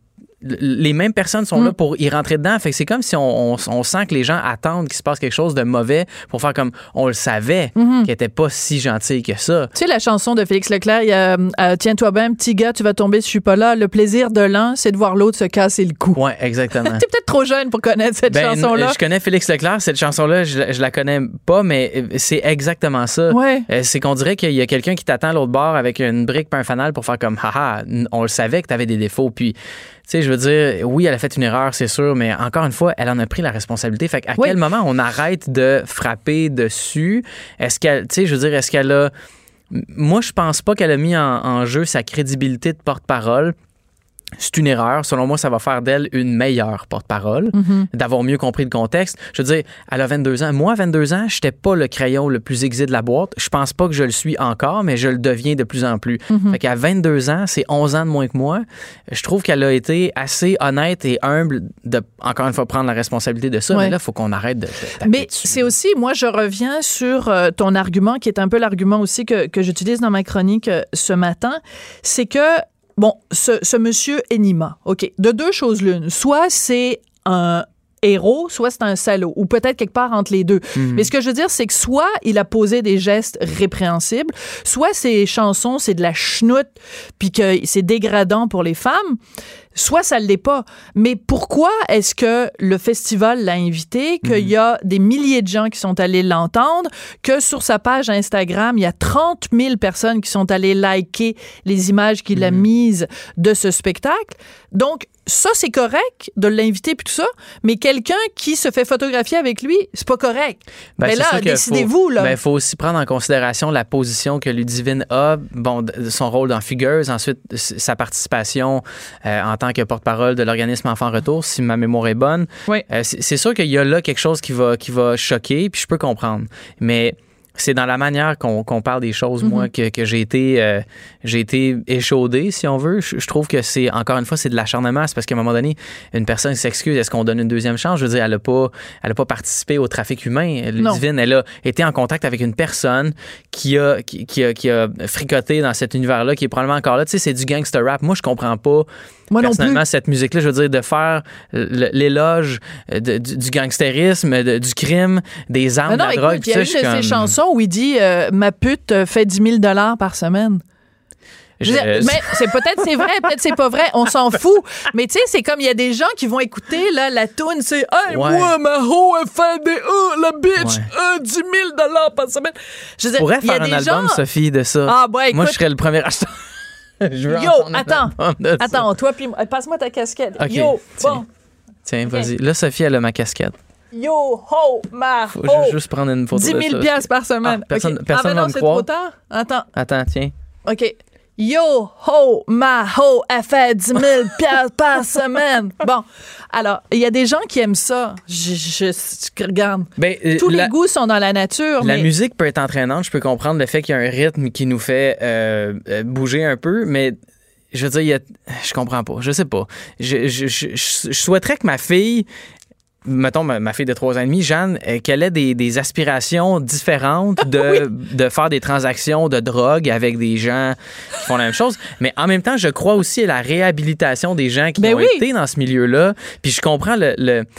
les mêmes personnes sont là pour y rentrer dedans. Fait que c'est comme si on sent que les gens attendent qu'il se passe quelque chose de mauvais pour faire comme on le savait qu'elle était pas si gentille que ça. Tu sais, la chanson de Félix Leclerc, il y a Tiens-toi bien, petit gars, tu vas tomber si je suis pas là. Le plaisir de l'un, c'est de voir l'autre se casser le cou. Ouais, exactement. T'es peut-être trop jeune pour connaître cette chanson-là. Je connais Félix Leclerc. Cette chanson-là, je la connais pas, mais c'est exactement ça. Ouais. C'est qu'on dirait qu'il y a quelqu'un qui t'attend à l'autre bord avec une brique et un fanal pour faire comme haha, on le savait que t'avais des défauts. Puis tu sais, je veux dire, oui, elle a fait une erreur, c'est sûr, mais encore une fois, elle en a pris la responsabilité. Fait qu'à quel moment on arrête de frapper dessus? Est-ce qu'elle, tu sais, je veux dire, est-ce qu'elle a... Moi, je pense pas qu'elle a mis en jeu sa crédibilité de porte-parole. C'est une erreur. Selon moi, ça va faire d'elle une meilleure porte-parole, d'avoir mieux compris le contexte. Je veux dire, elle a 22 ans. Moi, à 22 ans, j'étais pas le crayon le plus aiguisé de la boîte. Je pense pas que je le suis encore, mais je le deviens de plus en plus. Fait qu'à 22 ans, c'est 11 ans de moins que moi. Je trouve qu'elle a été assez honnête et humble de, encore une fois, prendre la responsabilité de ça. Mais là, il faut qu'on arrête de taper Mais dessus. c'est aussi, moi, je reviens sur ton argument, qui est un peu l'argument aussi que j'utilise dans ma chronique ce matin. C'est que bon, ce monsieur Enima, OK, de 2 choses l'une. Soit c'est un héros, soit c'est un salaud, ou peut-être quelque part entre les deux. Mais ce que je veux dire, c'est que soit il a posé des gestes répréhensibles, soit ses chansons, c'est de la chenoute, puis que c'est dégradant pour les femmes, soit ça ne l'est pas. Mais pourquoi est-ce que le festival l'a invité, qu'il y a des milliers de gens qui sont allés l'entendre, que sur sa page Instagram, il y a 30 000 personnes qui sont allées liker les images qu'il a mises de ce spectacle? Donc, ça, c'est correct de l'inviter puis tout ça, mais quelqu'un qui se fait photographier avec lui, c'est pas correct. Mais là, décidez-vous, là. Il faut aussi prendre en considération la position que Ludivine a, bon, son rôle dans Fugueuse, ensuite sa participation en tant que porte-parole de l'organisme Enfants Retour, si ma mémoire est bonne. Oui. C'est sûr qu'il y a là quelque chose qui va choquer, puis je peux comprendre. Mais c'est dans la manière qu'on parle des choses, moi, que j'ai été échaudé, si on veut. Je trouve que c'est, encore une fois, c'est de l'acharnement. C'est parce qu'à un moment donné, une personne s'excuse. Est-ce qu'on donne une deuxième chance? Je veux dire, elle a pas participé au trafic humain. Ludivine, elle a été en contact avec une personne qui a fricoté dans cet univers-là, qui est probablement encore là. Tu sais, c'est du gangster rap. Moi, je comprends pas. Moi personnellement, cette musique-là, je veux dire, de faire l'éloge du gangstérisme, du crime, des armes, de la drogue. Il y a une de ses chansons où il dit ma pute fait 10 000 par semaine. Mais c'est c'est vrai, peut-être c'est pas vrai, on s'en fout. Mais tu sais, c'est comme il y a des gens qui vont écouter là, la toune, c'est hey, moi, ma ho, elle fait la bitch, 10 000 par semaine. Je veux dire, pourrais faire un album, Sophie, de ça. Ah, ouais, écoute, moi, je serais le premier acheteur. Attends, toi, puis passe-moi ta casquette. Okay. Yo, bon. Tiens, vas-y. Là, Sophie, elle a ma casquette. Yo, ho, ma ho. Faut juste prendre une photo 10 000 piastres par semaine. Personne va me croire. C'est trop tard? Attends, tiens. OK. Yo, ho, ma ho, elle fait 10 000 piastres par semaine. Bon, alors, il y a des gens qui aiment ça. Je regarde. Tous les goûts sont dans la nature. La musique peut être entraînante. Je peux comprendre le fait qu'il y a un rythme qui nous fait bouger un peu, mais je veux dire, je comprends pas. Je sais pas. Je souhaiterais que ma fille... Mettons, ma fille de 3 ans et demi, Jeanne, qu'elle ait des aspirations différentes de faire des transactions de drogue avec des gens qui font la même chose. Mais en même temps, je crois aussi à la réhabilitation des gens qui ont été dans ce milieu-là. Puis je comprends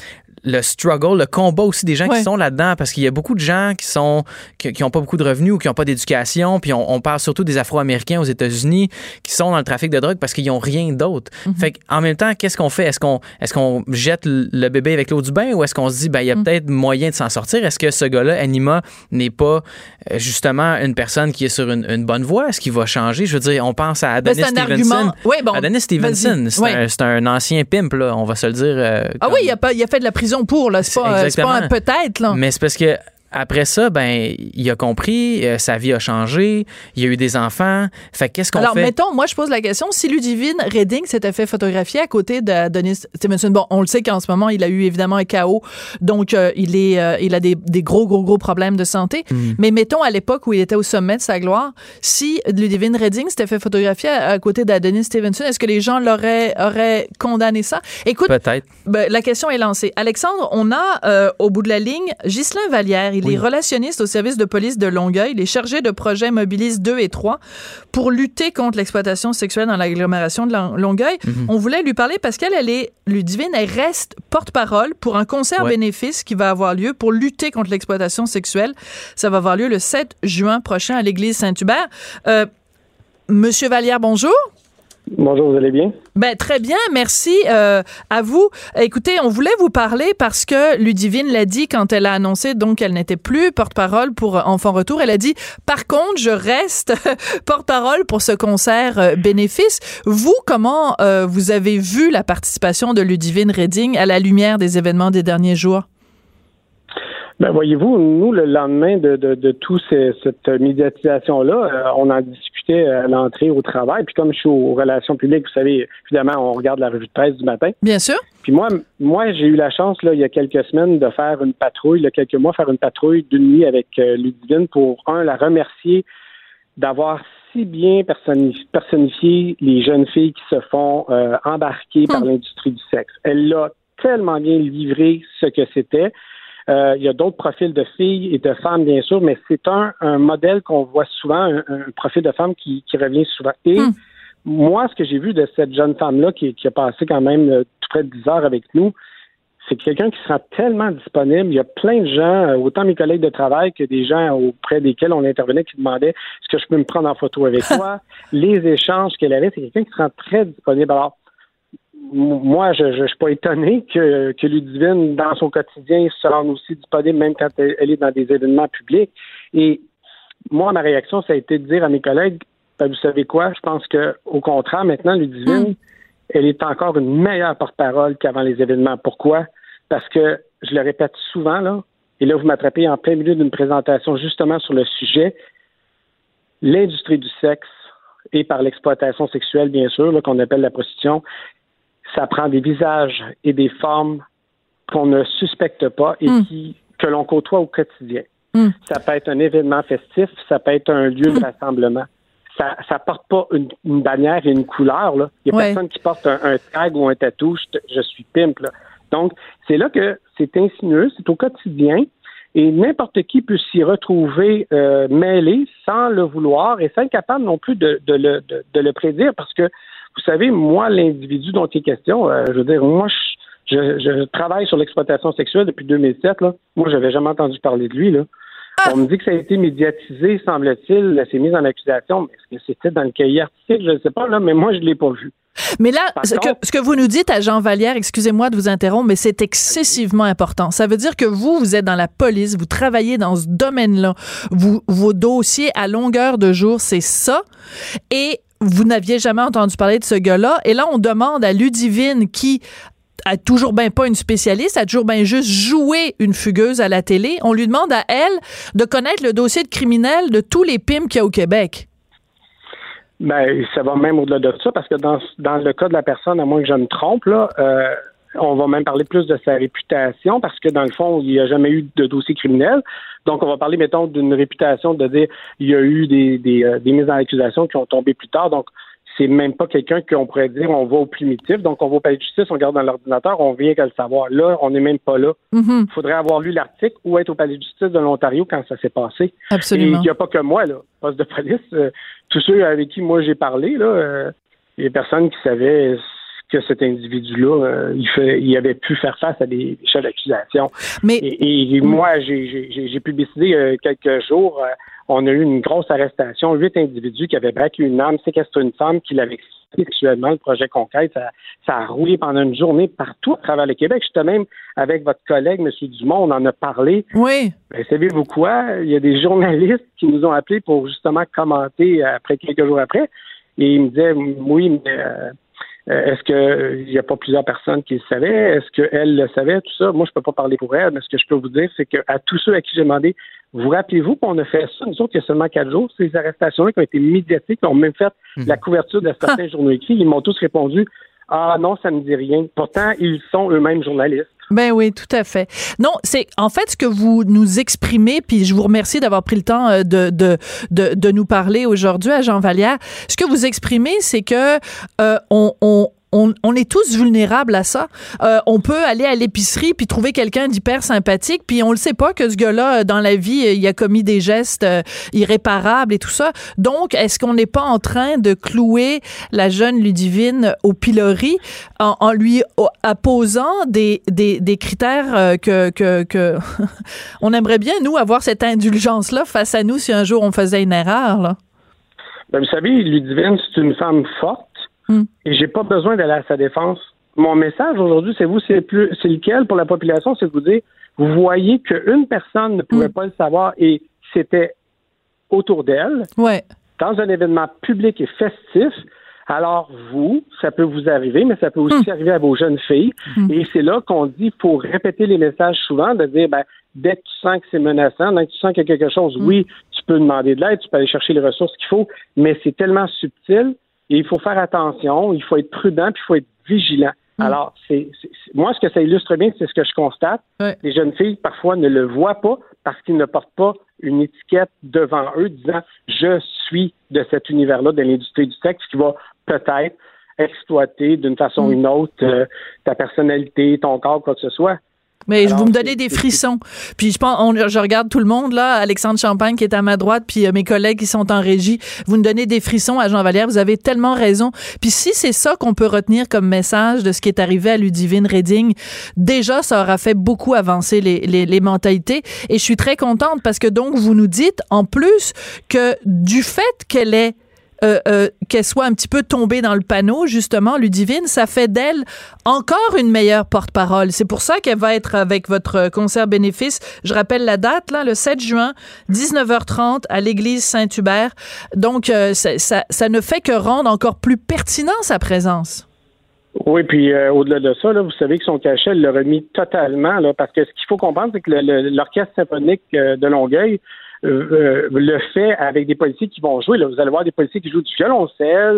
le struggle, le combat aussi des gens qui sont là-dedans, parce qu'il y a beaucoup de gens qui ont pas beaucoup de revenus ou qui n'ont pas d'éducation, puis on parle surtout des Afro-Américains aux États-Unis qui sont dans le trafic de drogue parce qu'ils n'ont rien d'autre. Fait qu'en même temps, qu'est-ce qu'on fait? Est-ce qu'on jette le bébé avec l'eau du bain ou est-ce qu'on se dit, il y a peut-être moyen de s'en sortir? Est-ce que ce gars-là, Anima, n'est pas justement une personne qui est sur une bonne voie? Est-ce qu'il va changer? Je veux dire, on pense à Adonis Stevenson. Adonis Stevenson, c'est un ancien pimp, là, on va se le dire. Il a fait de la prison pour, là. C'est pas un peut-être, là. Mais c'est parce que après ça, il a compris, sa vie a changé, il y a eu des enfants. Fait qu'est-ce qu'on fait? Alors, mettons, moi, je pose la question, si Ludivine Redding s'était fait photographier à côté d'Adonis Stevenson, bon, on le sait qu'en ce moment, il a eu évidemment un chaos, donc il a des gros problèmes de santé. Mais mettons, à l'époque où il était au sommet de sa gloire, si Ludivine Redding s'était fait photographier à côté d'Adonis Stevenson, est-ce que les gens auraient condamné ça? Écoute, peut-être. La question est lancée. Alexandre, on a au bout de la ligne Ghislain Vallière. Il est relationniste au service de police de Longueuil. Il est chargé de projets Mobilise 2 et 3 pour lutter contre l'exploitation sexuelle dans l'agglomération de Longueuil. On voulait lui parler parce Ludivine, elle reste porte-parole pour un concert bénéfice qui va avoir lieu pour lutter contre l'exploitation sexuelle. Ça va avoir lieu le 7 juin prochain à l'église Saint-Hubert. Monsieur Vallière, bonjour. Bonjour, vous allez bien? Très bien, merci à vous. Écoutez, on voulait vous parler parce que Ludivine l'a dit quand elle a annoncé donc qu'elle n'était plus porte-parole pour Enfants Retour. Elle a dit, par contre, je reste porte-parole pour ce concert bénéfice. Vous, comment vous avez vu la participation de Ludivine Redding à la lumière des événements des derniers jours? Voyez-vous, nous, le lendemain de toute cette médiatisation-là, on en discutait à l'entrée au travail. Puis comme je suis aux relations publiques, vous savez, évidemment, on regarde la revue de presse du matin. Bien sûr. Puis moi, j'ai eu la chance, là, il y a quelques semaines, de faire une patrouille, il y a quelques mois, faire une patrouille d'une nuit avec Ludivine pour, la remercier d'avoir si bien personnifié les jeunes filles qui se font embarquer par l'industrie du sexe. Elle l'a tellement bien livré ce que c'était. Il y a d'autres profils de filles et de femmes, bien sûr, mais c'est un modèle qu'on voit souvent, un profil de femme qui revient souvent. Et moi, ce que j'ai vu de cette jeune femme-là qui a passé quand même tout près de 10 heures avec nous, c'est quelqu'un qui sera tellement disponible. Il y a plein de gens, autant mes collègues de travail que des gens auprès desquels on intervenait qui demandaient est-ce que je peux me prendre en photo avec toi? Les échanges qu'elle avait, c'est quelqu'un qui sera très disponible. Alors, moi, je suis pas étonné que Ludivine, dans son quotidien, se rende aussi disponible, même quand elle est dans des événements publics. Et moi, ma réaction, ça a été de dire à mes collègues, vous savez quoi, je pense que au contraire, maintenant, Ludivine, elle est encore une meilleure porte-parole qu'avant les événements. Pourquoi? Parce que, je le répète souvent, là, et là, vous m'attrapez en plein milieu d'une présentation justement sur le sujet, l'industrie du sexe et par l'exploitation sexuelle, bien sûr, là, qu'on appelle la prostitution, ça prend des visages et des formes qu'on ne suspecte pas et que l'on côtoie au quotidien. Ça peut être un événement festif, ça peut être un lieu de rassemblement. Ça porte pas une bannière et une couleur, là. Il y a personne qui porte un tag ou un tatou, je suis pimp, là. Donc, c'est là que c'est insinueux, c'est au quotidien, et n'importe qui peut s'y retrouver mêlé sans le vouloir et sans être capable non plus de le prédire, parce que vous savez, moi, l'individu dont il est question, je veux dire, moi, je travaille sur l'exploitation sexuelle depuis 2007. Là. Moi, j'avais jamais entendu parler de lui. Là. On me dit que ça a été médiatisé, semble-t-il, c'est mis en accusation. Mais est-ce que c'était dans le cahier artistique? Je ne sais pas, là, mais moi, je ne l'ai pas vu. Mais là, ce que vous nous dites à Jean Vallière, excusez-moi de vous interrompre, mais c'est excessivement important. Ça veut dire que vous êtes dans la police, vous travaillez dans ce domaine-là. Vos dossiers à longueur de jour, c'est ça. Et vous n'aviez jamais entendu parler de ce gars-là. Et là, on demande à Ludivine, qui a toujours bien pas une spécialiste, a toujours bien juste joué une fugueuse à la télé, on lui demande à elle de connaître le dossier de criminel de tous les pimps qu'il y a au Québec. Ça va même au-delà de ça, parce que dans le cas de la personne, à moins que je me trompe, là, on va même parler plus de sa réputation, parce que dans le fond, il n'y a jamais eu de dossier criminel. Donc, on va parler, mettons, d'une réputation de dire il y a eu des mises en accusation qui ont tombé plus tard. Donc, c'est même pas quelqu'un qu'on pourrait dire on va au primitif. Donc, on va au palais de justice, on regarde dans l'ordinateur, on vient qu'à le savoir. Là, on n'est même pas là. Il faudrait avoir lu l'article ou être au palais de justice de l'Ontario quand ça s'est passé. Absolument. Et il n'y a pas que moi, là, poste de police. Tous ceux avec qui moi j'ai parlé, là, il y a personne qui savait que cet individu-là, il avait pu faire face à des chefs d'accusation. Mais Et moi, j'ai publicisé quelques jours, on a eu une grosse arrestation, 8 individus qui avaient braqué une arme, séquestré une femme, qui l'avait expliqué sexuellement. Le projet Conquête, ça a roulé pendant une journée partout à travers le Québec. J'étais même avec votre collègue, M. Dumont, on en a parlé. oui. Ben, savez-vous quoi? Il y a des journalistes qui nous ont appelés pour justement commenter quelques jours après. Et ils me disaient, oui, mais est-ce qu'il n'y a pas plusieurs personnes qui le savaient? Est-ce qu'elle le savait? Tout ça. Moi, je ne peux pas parler pour elle, mais ce que je peux vous dire, c'est qu'à tous ceux à qui j'ai demandé, vous rappelez-vous qu'on a fait ça, nous autres, il y a seulement 4 jours, ces arrestations-là qui ont été médiatiques, qui ont même fait la couverture de certains journaux écrits. Ils m'ont tous répondu, ah non, ça ne me dit rien. Pourtant, ils sont eux-mêmes journalistes. Ben oui, tout à fait. Non, c'est en fait ce que vous nous exprimez, puis je vous remercie d'avoir pris le temps de nous parler aujourd'hui à Jean Vallière. Ce que vous exprimez, c'est que on est tous vulnérables à ça. On peut aller à l'épicerie puis trouver quelqu'un d'hyper sympathique, puis on le sait pas que ce gars-là, dans la vie, il a commis des gestes irréparables et tout ça. Donc, est-ce qu'on n'est pas en train de clouer la jeune Ludivine au pilori en lui apposant des critères que on aimerait bien, nous, avoir cette indulgence-là face à nous si un jour on faisait une erreur, là? Ben, vous savez, Ludivine, c'est une femme forte. Et j'ai pas besoin d'aller à sa défense. Mon message aujourd'hui, c'est lequel pour la population, c'est de vous dire, vous voyez qu'une personne ne pouvait pas le savoir et c'était autour d'elle, dans un événement public et festif. Alors ça peut vous arriver, mais ça peut aussi arriver à vos jeunes filles. Et c'est là qu'on dit, il faut répéter les messages souvent, de dire, dès que tu sens que c'est menaçant, dès que tu sens qu'il y a quelque chose, oui, tu peux demander de l'aide, tu peux aller chercher les ressources qu'il faut, mais c'est tellement subtil. Et il faut faire attention, il faut être prudent, puis il faut être vigilant. Alors, moi, ce que ça illustre bien, c'est ce que je constate. Les jeunes filles, parfois, ne le voient pas parce qu'ils ne portent pas une étiquette devant eux disant « Je suis de cet univers-là, de l'industrie du sexe qui va peut-être exploiter d'une façon ou d'une autre ta personnalité, ton corps, quoi que ce soit. » Mais vous me donnez des frissons. Puis je regarde tout le monde, là, Alexandre Champagne qui est à ma droite, puis mes collègues qui sont en régie. Vous me donnez des frissons à Jean Vallière. Vous avez tellement raison. Puis si c'est ça qu'on peut retenir comme message de ce qui est arrivé à Ludivine Reding, déjà, ça aura fait beaucoup avancer les mentalités. Et je suis très contente parce que donc, vous nous dites, en plus, que du fait qu'elle soit un petit peu tombée dans le panneau, justement, Ludivine, ça fait d'elle encore une meilleure porte-parole. C'est pour ça qu'elle va être avec votre concert bénéfice. Je rappelle la date, là, le 7 juin, 19h30, à l'église Saint-Hubert. Donc, ça ne fait que rendre encore plus pertinent sa présence. Oui, puis au-delà de ça, là, vous savez que son cachet, elle l'a remis totalement, là, parce que ce qu'il faut comprendre, c'est que l'Orchestre symphonique de Longueuil le fait avec des policiers qui vont jouer. Là, vous allez voir des policiers qui jouent du violoncelle.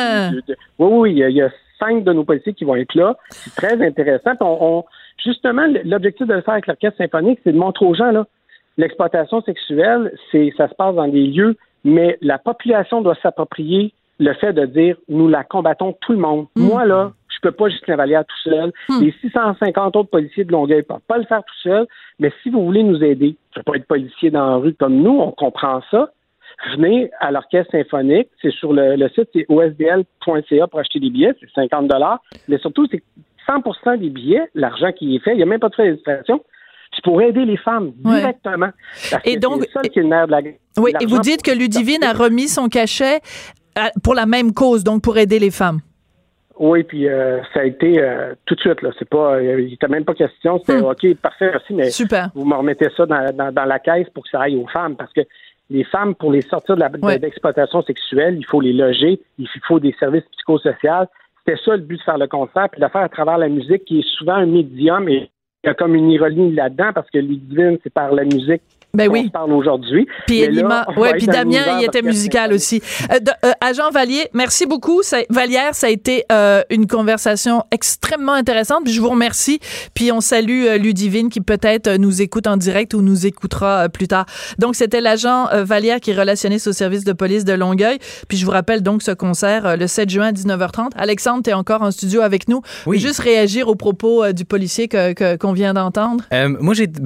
Oui, il y a 5 de nos policiers qui vont être là. C'est très intéressant. Justement, l'objectif de le faire avec l'Orchestre symphonique, c'est de montrer aux gens, là, l'exploitation sexuelle, ça se passe dans des lieux, mais la population doit s'approprier le fait de dire, nous la combattons tout le monde. Moi, là, je peux pas Justin Vallière tout seul. Les 650 autres policiers de Longueuil ne peuvent pas le faire tout seul. Mais si vous voulez nous aider, je ne peux pas être policier dans la rue comme nous, on comprend ça. Venez à l'Orchestre symphonique. C'est sur le site, c'est osbl.ca pour acheter des billets. C'est 50 $. Mais surtout, c'est 100% des billets, l'argent qui est fait. Il n'y a même pas de frais d'administration. C'est pour aider les femmes directement. Parce que donc, c'est ça qui est le nerf de la guerre. Oui, et vous dites que Ludivine a remis son cachet pour la même cause, donc pour aider les femmes. Oui, puis ça a été tout de suite, là. C'est pas, il n'était même pas question. C'était OK, parfait, merci, mais super. Vous me remettez ça dans la caisse pour que ça aille aux femmes, parce que les femmes, pour les sortir de l'exploitation sexuelle, il faut les loger, il faut des services psychosociaux. C'était ça le but de faire le concert, puis de le faire à travers la musique, qui est souvent un médium, et il y a comme une ironie là-dedans, parce que Ludivine, c'est par la musique. On parle aujourd'hui. Puis puis Damien, il était musical aussi. Agent Vallier, merci beaucoup. Vallière, ça a été une conversation extrêmement intéressante. Puis je vous remercie. Puis on salue Ludivine qui peut-être nous écoute en direct ou nous écoutera plus tard. Donc c'était l'agent Vallière qui est relationniste au service de police de Longueuil. Puis je vous rappelle donc ce concert le 7 juin à 19h30. Alexandre, tu es encore en studio avec nous. Oui. Juste réagir aux propos du policier qu'on vient d'entendre. Moi,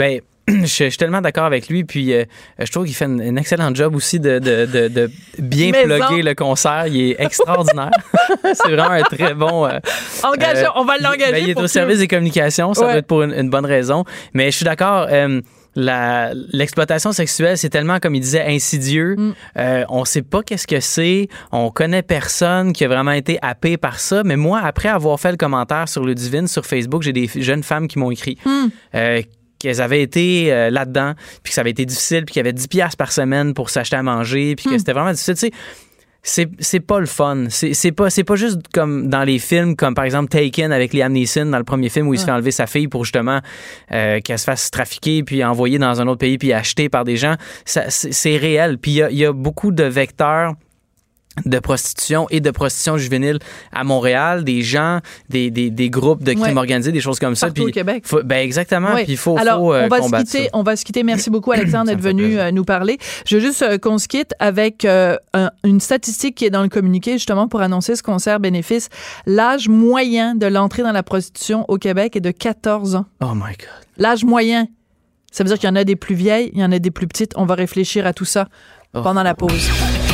je suis tellement d'accord avec lui. Puis je trouve qu'il fait un excellent job aussi de bien plugger le concert. Il est extraordinaire. C'est vraiment un très bon... on va l'engager. Il est au service des communications. Ça doit être pour une bonne raison. Mais je suis d'accord... l'exploitation sexuelle, c'est tellement, comme il disait, insidieux. On sait pas qu'est-ce que c'est. On connaît personne qui a vraiment été happé par ça. Mais moi, après avoir fait le commentaire sur Ludivine sur Facebook, j'ai des jeunes femmes qui m'ont écrit qu'elles avaient été là-dedans, puis que ça avait été difficile, puis qu'il y avait 10$ par semaine pour s'acheter à manger, puis que c'était vraiment difficile. Tu sais, c'est pas le fun. C'est pas juste comme dans les films, comme par exemple Taken avec Liam Neeson dans le premier film où il se fait enlever sa fille pour justement qu'elle se fasse trafiquer puis envoyer dans un autre pays puis acheter par des gens. C'est réel. Puis il y a beaucoup de vecteurs de prostitution et de prostitution juvénile à Montréal, des gens, des groupes de crime organisé, des choses comme ça. Partout au Québec. Exactement. Puis il faut combattre ça. On va se quitter. Merci beaucoup, Alexandre, d'être venu nous parler. Je veux juste qu'on se quitte avec une statistique qui est dans le communiqué, justement, pour annoncer ce concert bénéfice. L'âge moyen de l'entrée dans la prostitution au Québec est de 14 ans. Oh my God. L'âge moyen. Ça veut dire qu'il y en a des plus vieilles, il y en a des plus petites. On va réfléchir à tout ça pendant la pause.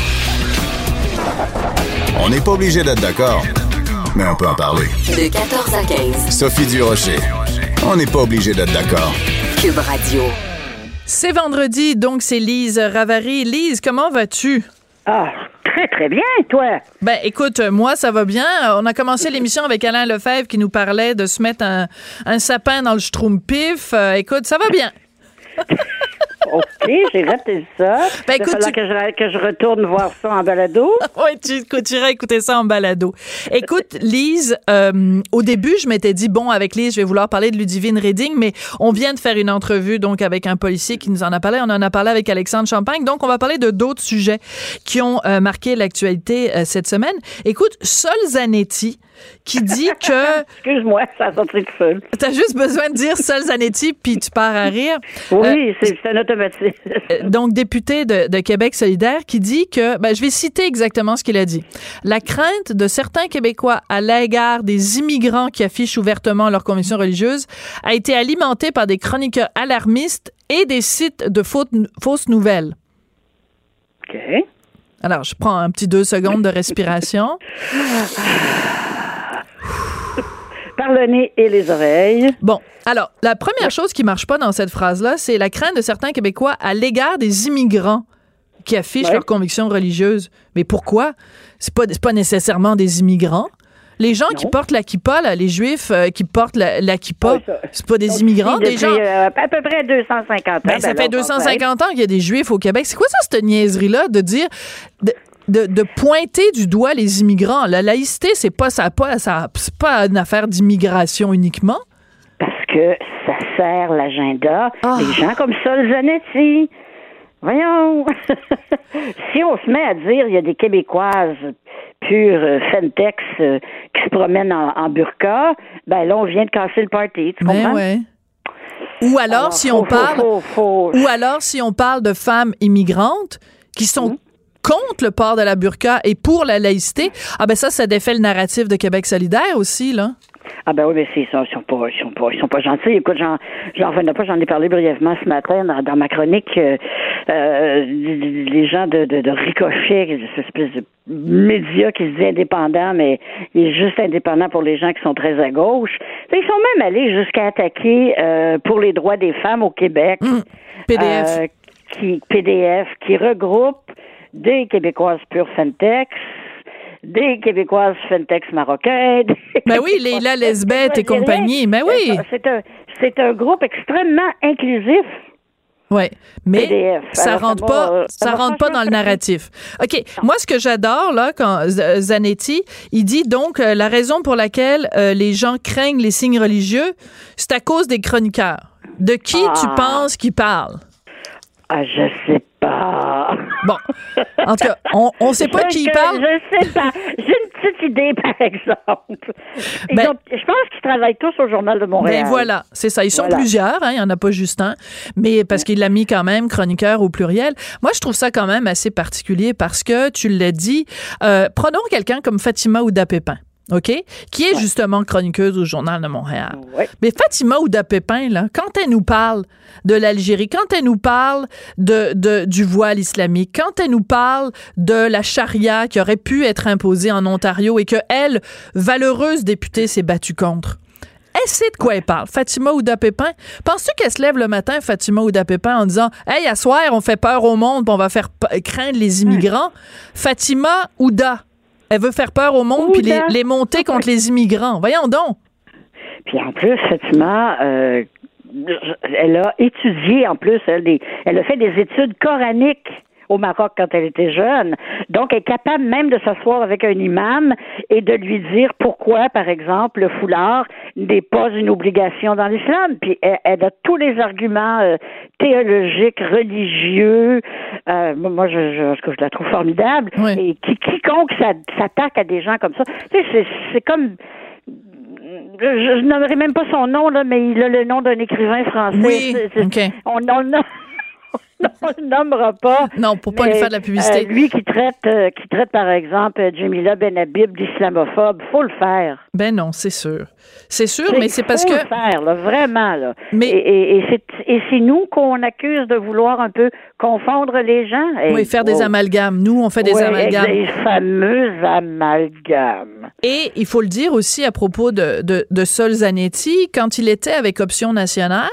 On n'est pas obligé d'être d'accord, mais on peut en parler. De 14 à 15. Sophie Durocher. On n'est pas obligé d'être d'accord. Cube Radio. C'est vendredi, donc c'est Lise Ravary. Lise, comment vas-tu? Ah, très, très bien, toi. Ben, écoute, moi, ça va bien. On a commencé l'émission avec Alain Lefebvre qui nous parlait de se mettre un sapin dans le schtroumpif. Écoute, ça va bien. OK, j'ai raté ça. Ben, il va falloir que je retourne voir ça en balado. Oui, tu iras écouter ça en balado. Écoute, Lise, au début, je m'étais dit, bon, avec Lise, je vais vouloir parler de Ludivine Reding, mais on vient de faire une entrevue donc avec un policier qui nous en a parlé. On en a parlé avec Alexandre Champagne. Donc, on va parler de d'autres sujets qui ont marqué l'actualité cette semaine. Écoute, Sol Zanetti, qui dit que... Excuse-moi, ça a sorti de seul. T'as juste besoin de dire Sol Zanetti, puis tu pars à rire. Oui, c'est un automatique. Donc, député de Québec solidaire, qui dit que... je vais citer exactement ce qu'il a dit. La crainte de certains Québécois à l'égard des immigrants qui affichent ouvertement leur conviction religieuse a été alimentée par des chroniqueurs alarmistes et des sites de fausses nouvelles. OK. Alors, je prends un petit 2 secondes de respiration. Par le nez et les oreilles. Bon, alors, la première chose qui marche pas dans cette phrase-là, c'est la crainte de certains Québécois à l'égard des immigrants qui affichent leur conviction religieuse. Mais pourquoi? C'est pas nécessairement des immigrants. Les gens qui portent la kippa, là, les Juifs qui portent la kippa, c'est pas des immigrants, des gens... à peu près 250 ans. Ça fait 250 ans qu'il y a des Juifs au Québec. C'est quoi ça, cette niaiserie-là, de dire... De pointer du doigt les immigrants. La laïcité, c'est pas une affaire d'immigration uniquement. Parce que ça sert l'agenda. Des gens comme Sol Zanetti. Voyons. Si on se met à dire il y a des Québécoises pures Fentex qui se promènent en burqa, ben là, on vient de casser le party. Tu comprends? Ouais. Ou alors, si on parle de femmes immigrantes qui sont contre le port de la burqa et pour la laïcité, ça défait le narratif de Québec solidaire aussi, là. Ah ben oui, mais ils sont pas gentils. Écoute, j'en revenais pas, j'en ai parlé brièvement ce matin dans ma chronique. Les gens de Ricochet, cette espèce de média qui se dit indépendant, mais il est juste indépendant pour les gens qui sont très à gauche. Ils sont même allés jusqu'à attaquer pour les droits des femmes au Québec. PDF. Qui regroupe des Québécoises pures Fentex, des Québécoises Fentex marocaines. Ben oui, Leila Lesbeth et compagnie. Ben oui. C'est un groupe extrêmement inclusif. Oui, mais PDF. ça rentre pas dans le narratif. OK, moi, ce que j'adore, là, quand Zanetti, il dit donc la raison pour laquelle les gens craignent les signes religieux, c'est à cause des chroniqueurs. De qui tu penses qu'ils parlent? Ah, je sais pas. Bon, en tout cas, on sait pas qui il parle. Je sais pas. J'ai une petite idée, par exemple. Je pense qu'ils travaillent tous au Journal de Montréal. Ben voilà, c'est ça. Ils sont plusieurs, il y en a pas juste un, mais parce qu'il l'a mis quand même chroniqueur au pluriel. Moi, je trouve ça quand même assez particulier parce que, tu l'as dit, prenons quelqu'un comme Fatima Ouda-Pépin. OK? Qui est justement chroniqueuse au Journal de Montréal. Ouais. Mais Fatima Ouda-Pépin, là, quand elle nous parle de l'Algérie, quand elle nous parle du voile islamique, quand elle nous parle de la charia qui aurait pu être imposée en Ontario et que elle, valeureuse députée, s'est battue contre, elle sait de quoi elle parle. Fatima Ouda-Pépin. Penses-tu qu'elle se lève le matin, Fatima Ouda-Pépin, en disant « Hey, à soir, on fait peur au monde, puis on va faire craindre les immigrants. » Fatima Ouda, elle veut faire peur au monde puis les monter contre les immigrants. Voyons donc. Puis en plus, Fatima, elle a étudié, en plus, elle a fait des études coraniques au Maroc quand elle était jeune. Donc, elle est capable même de s'asseoir avec un imam et de lui dire pourquoi, par exemple, le foulard n'est pas une obligation dans l'islam. Puis, elle a tous les arguments théologiques, religieux. Moi, je la trouve formidable. Oui. Et quiconque s'attaque à des gens comme ça, tu sais, c'est comme... Je nommerai même pas son nom, là, mais il a le nom d'un écrivain français. Oui, OK. On le nommera pas. Non, pour pas lui faire de la publicité. Lui qui traite par exemple Jamila Benhabib d'islamophobe, faut le faire. Ben non, c'est sûr. C'est sûr, mais c'est parce faut que... le faire, là, vraiment, là. Mais... Et c'est nous qu'on accuse de vouloir un peu confondre les gens. Oui, faire des amalgames. Nous, on fait des amalgames. Les fameux amalgames. Et il faut le dire aussi à propos de Sol Zanetti, quand il était avec Option nationale,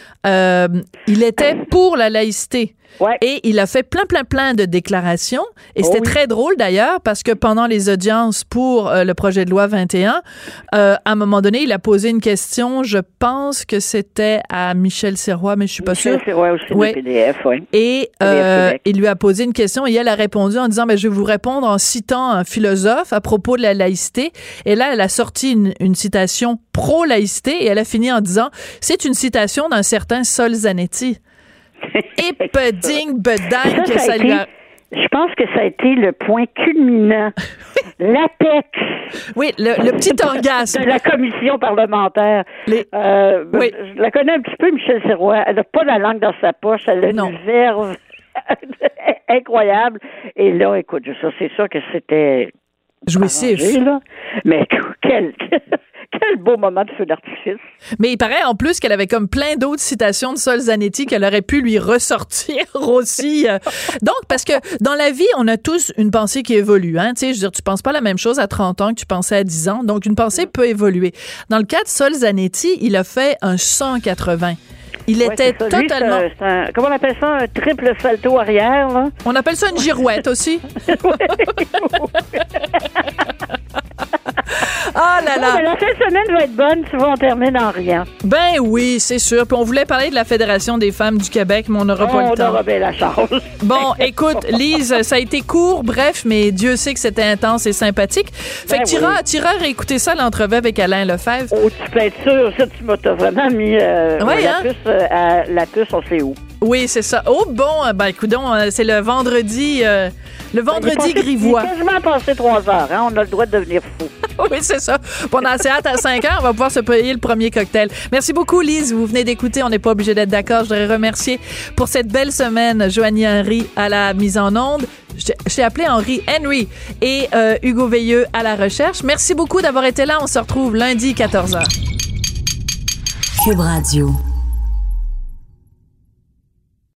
il était pour la laïcité. Ouais. Et il a fait plein de déclarations. Et c'était très drôle d'ailleurs parce que pendant les audiences pour le projet de loi 21, à un moment donné, il a posé une question, je pense que c'était à Michel Sirois, mais je suis pas sûre. Michel Sirois aussi, ouais. du PDF, oui. Et il lui a posé une question et elle a répondu en disant, je vais vous répondre en citant un philosophe à propos de la laïcité. Et là, elle a sorti une citation pro-laïcité et elle a fini en disant, c'est une citation d'un certain Sol Zanetti. Et beding, bedang, que ça lui a... Je pense que ça a été le point culminant, l'apex. Oui, le petit orgasme. De la commission parlementaire. Oui. Je la connais un petit peu, Michel Sirois. Elle n'a pas la langue dans sa poche, elle a une verve incroyable. Et là, écoute, c'est sûr que c'était... jouissif. Là. Mais quel beau moment de feu d'artifice. Mais il paraît en plus qu'elle avait comme plein d'autres citations de Sol Zanetti qu'elle aurait pu lui ressortir aussi. Donc, parce que dans la vie, on a tous une pensée qui évolue. Hein? Tu sais, je veux dire, tu penses pas la même chose à 30 ans que tu pensais à 10 ans. Donc, une pensée peut évoluer. Dans le cas de Sol Zanetti, il a fait un 180. Il était totalement... comment on appelle ça? Un triple salto arrière, là? On appelle ça une girouette aussi. Ah là là! Mais la fin de semaine va être bonne, tu vois, on termine en rien. Ben oui, c'est sûr. Puis on voulait parler de la Fédération des femmes du Québec, mais on n'aura pas le temps. On aura bien la chance. Bon, écoute, Lise, ça a été court, bref, mais Dieu sait que c'était intense et sympathique. Fait que tu iras réécouter ça, l'entrevue avec Alain Lefebvre. Oh, tu peux être sûr, ça, tu m'as vraiment mis la puce, on sait où. Oui, c'est ça. Oh bon, ben écoutons, c'est le vendredi grivois. Il est quasiment passé 3 heures, hein? On a le droit de devenir fou. Oui, c'est ça. On a assez hâte à 5 heures, on va pouvoir se payer le premier cocktail. Merci beaucoup, Lise. Vous venez d'écouter, on n'est pas obligé d'être d'accord. Je voudrais remercier pour cette belle semaine Joanie Henry à la mise en onde. Je t'ai appelé Henry et Hugo Veilleux à la recherche. Merci beaucoup d'avoir été là. On se retrouve lundi 14h. Cube Radio.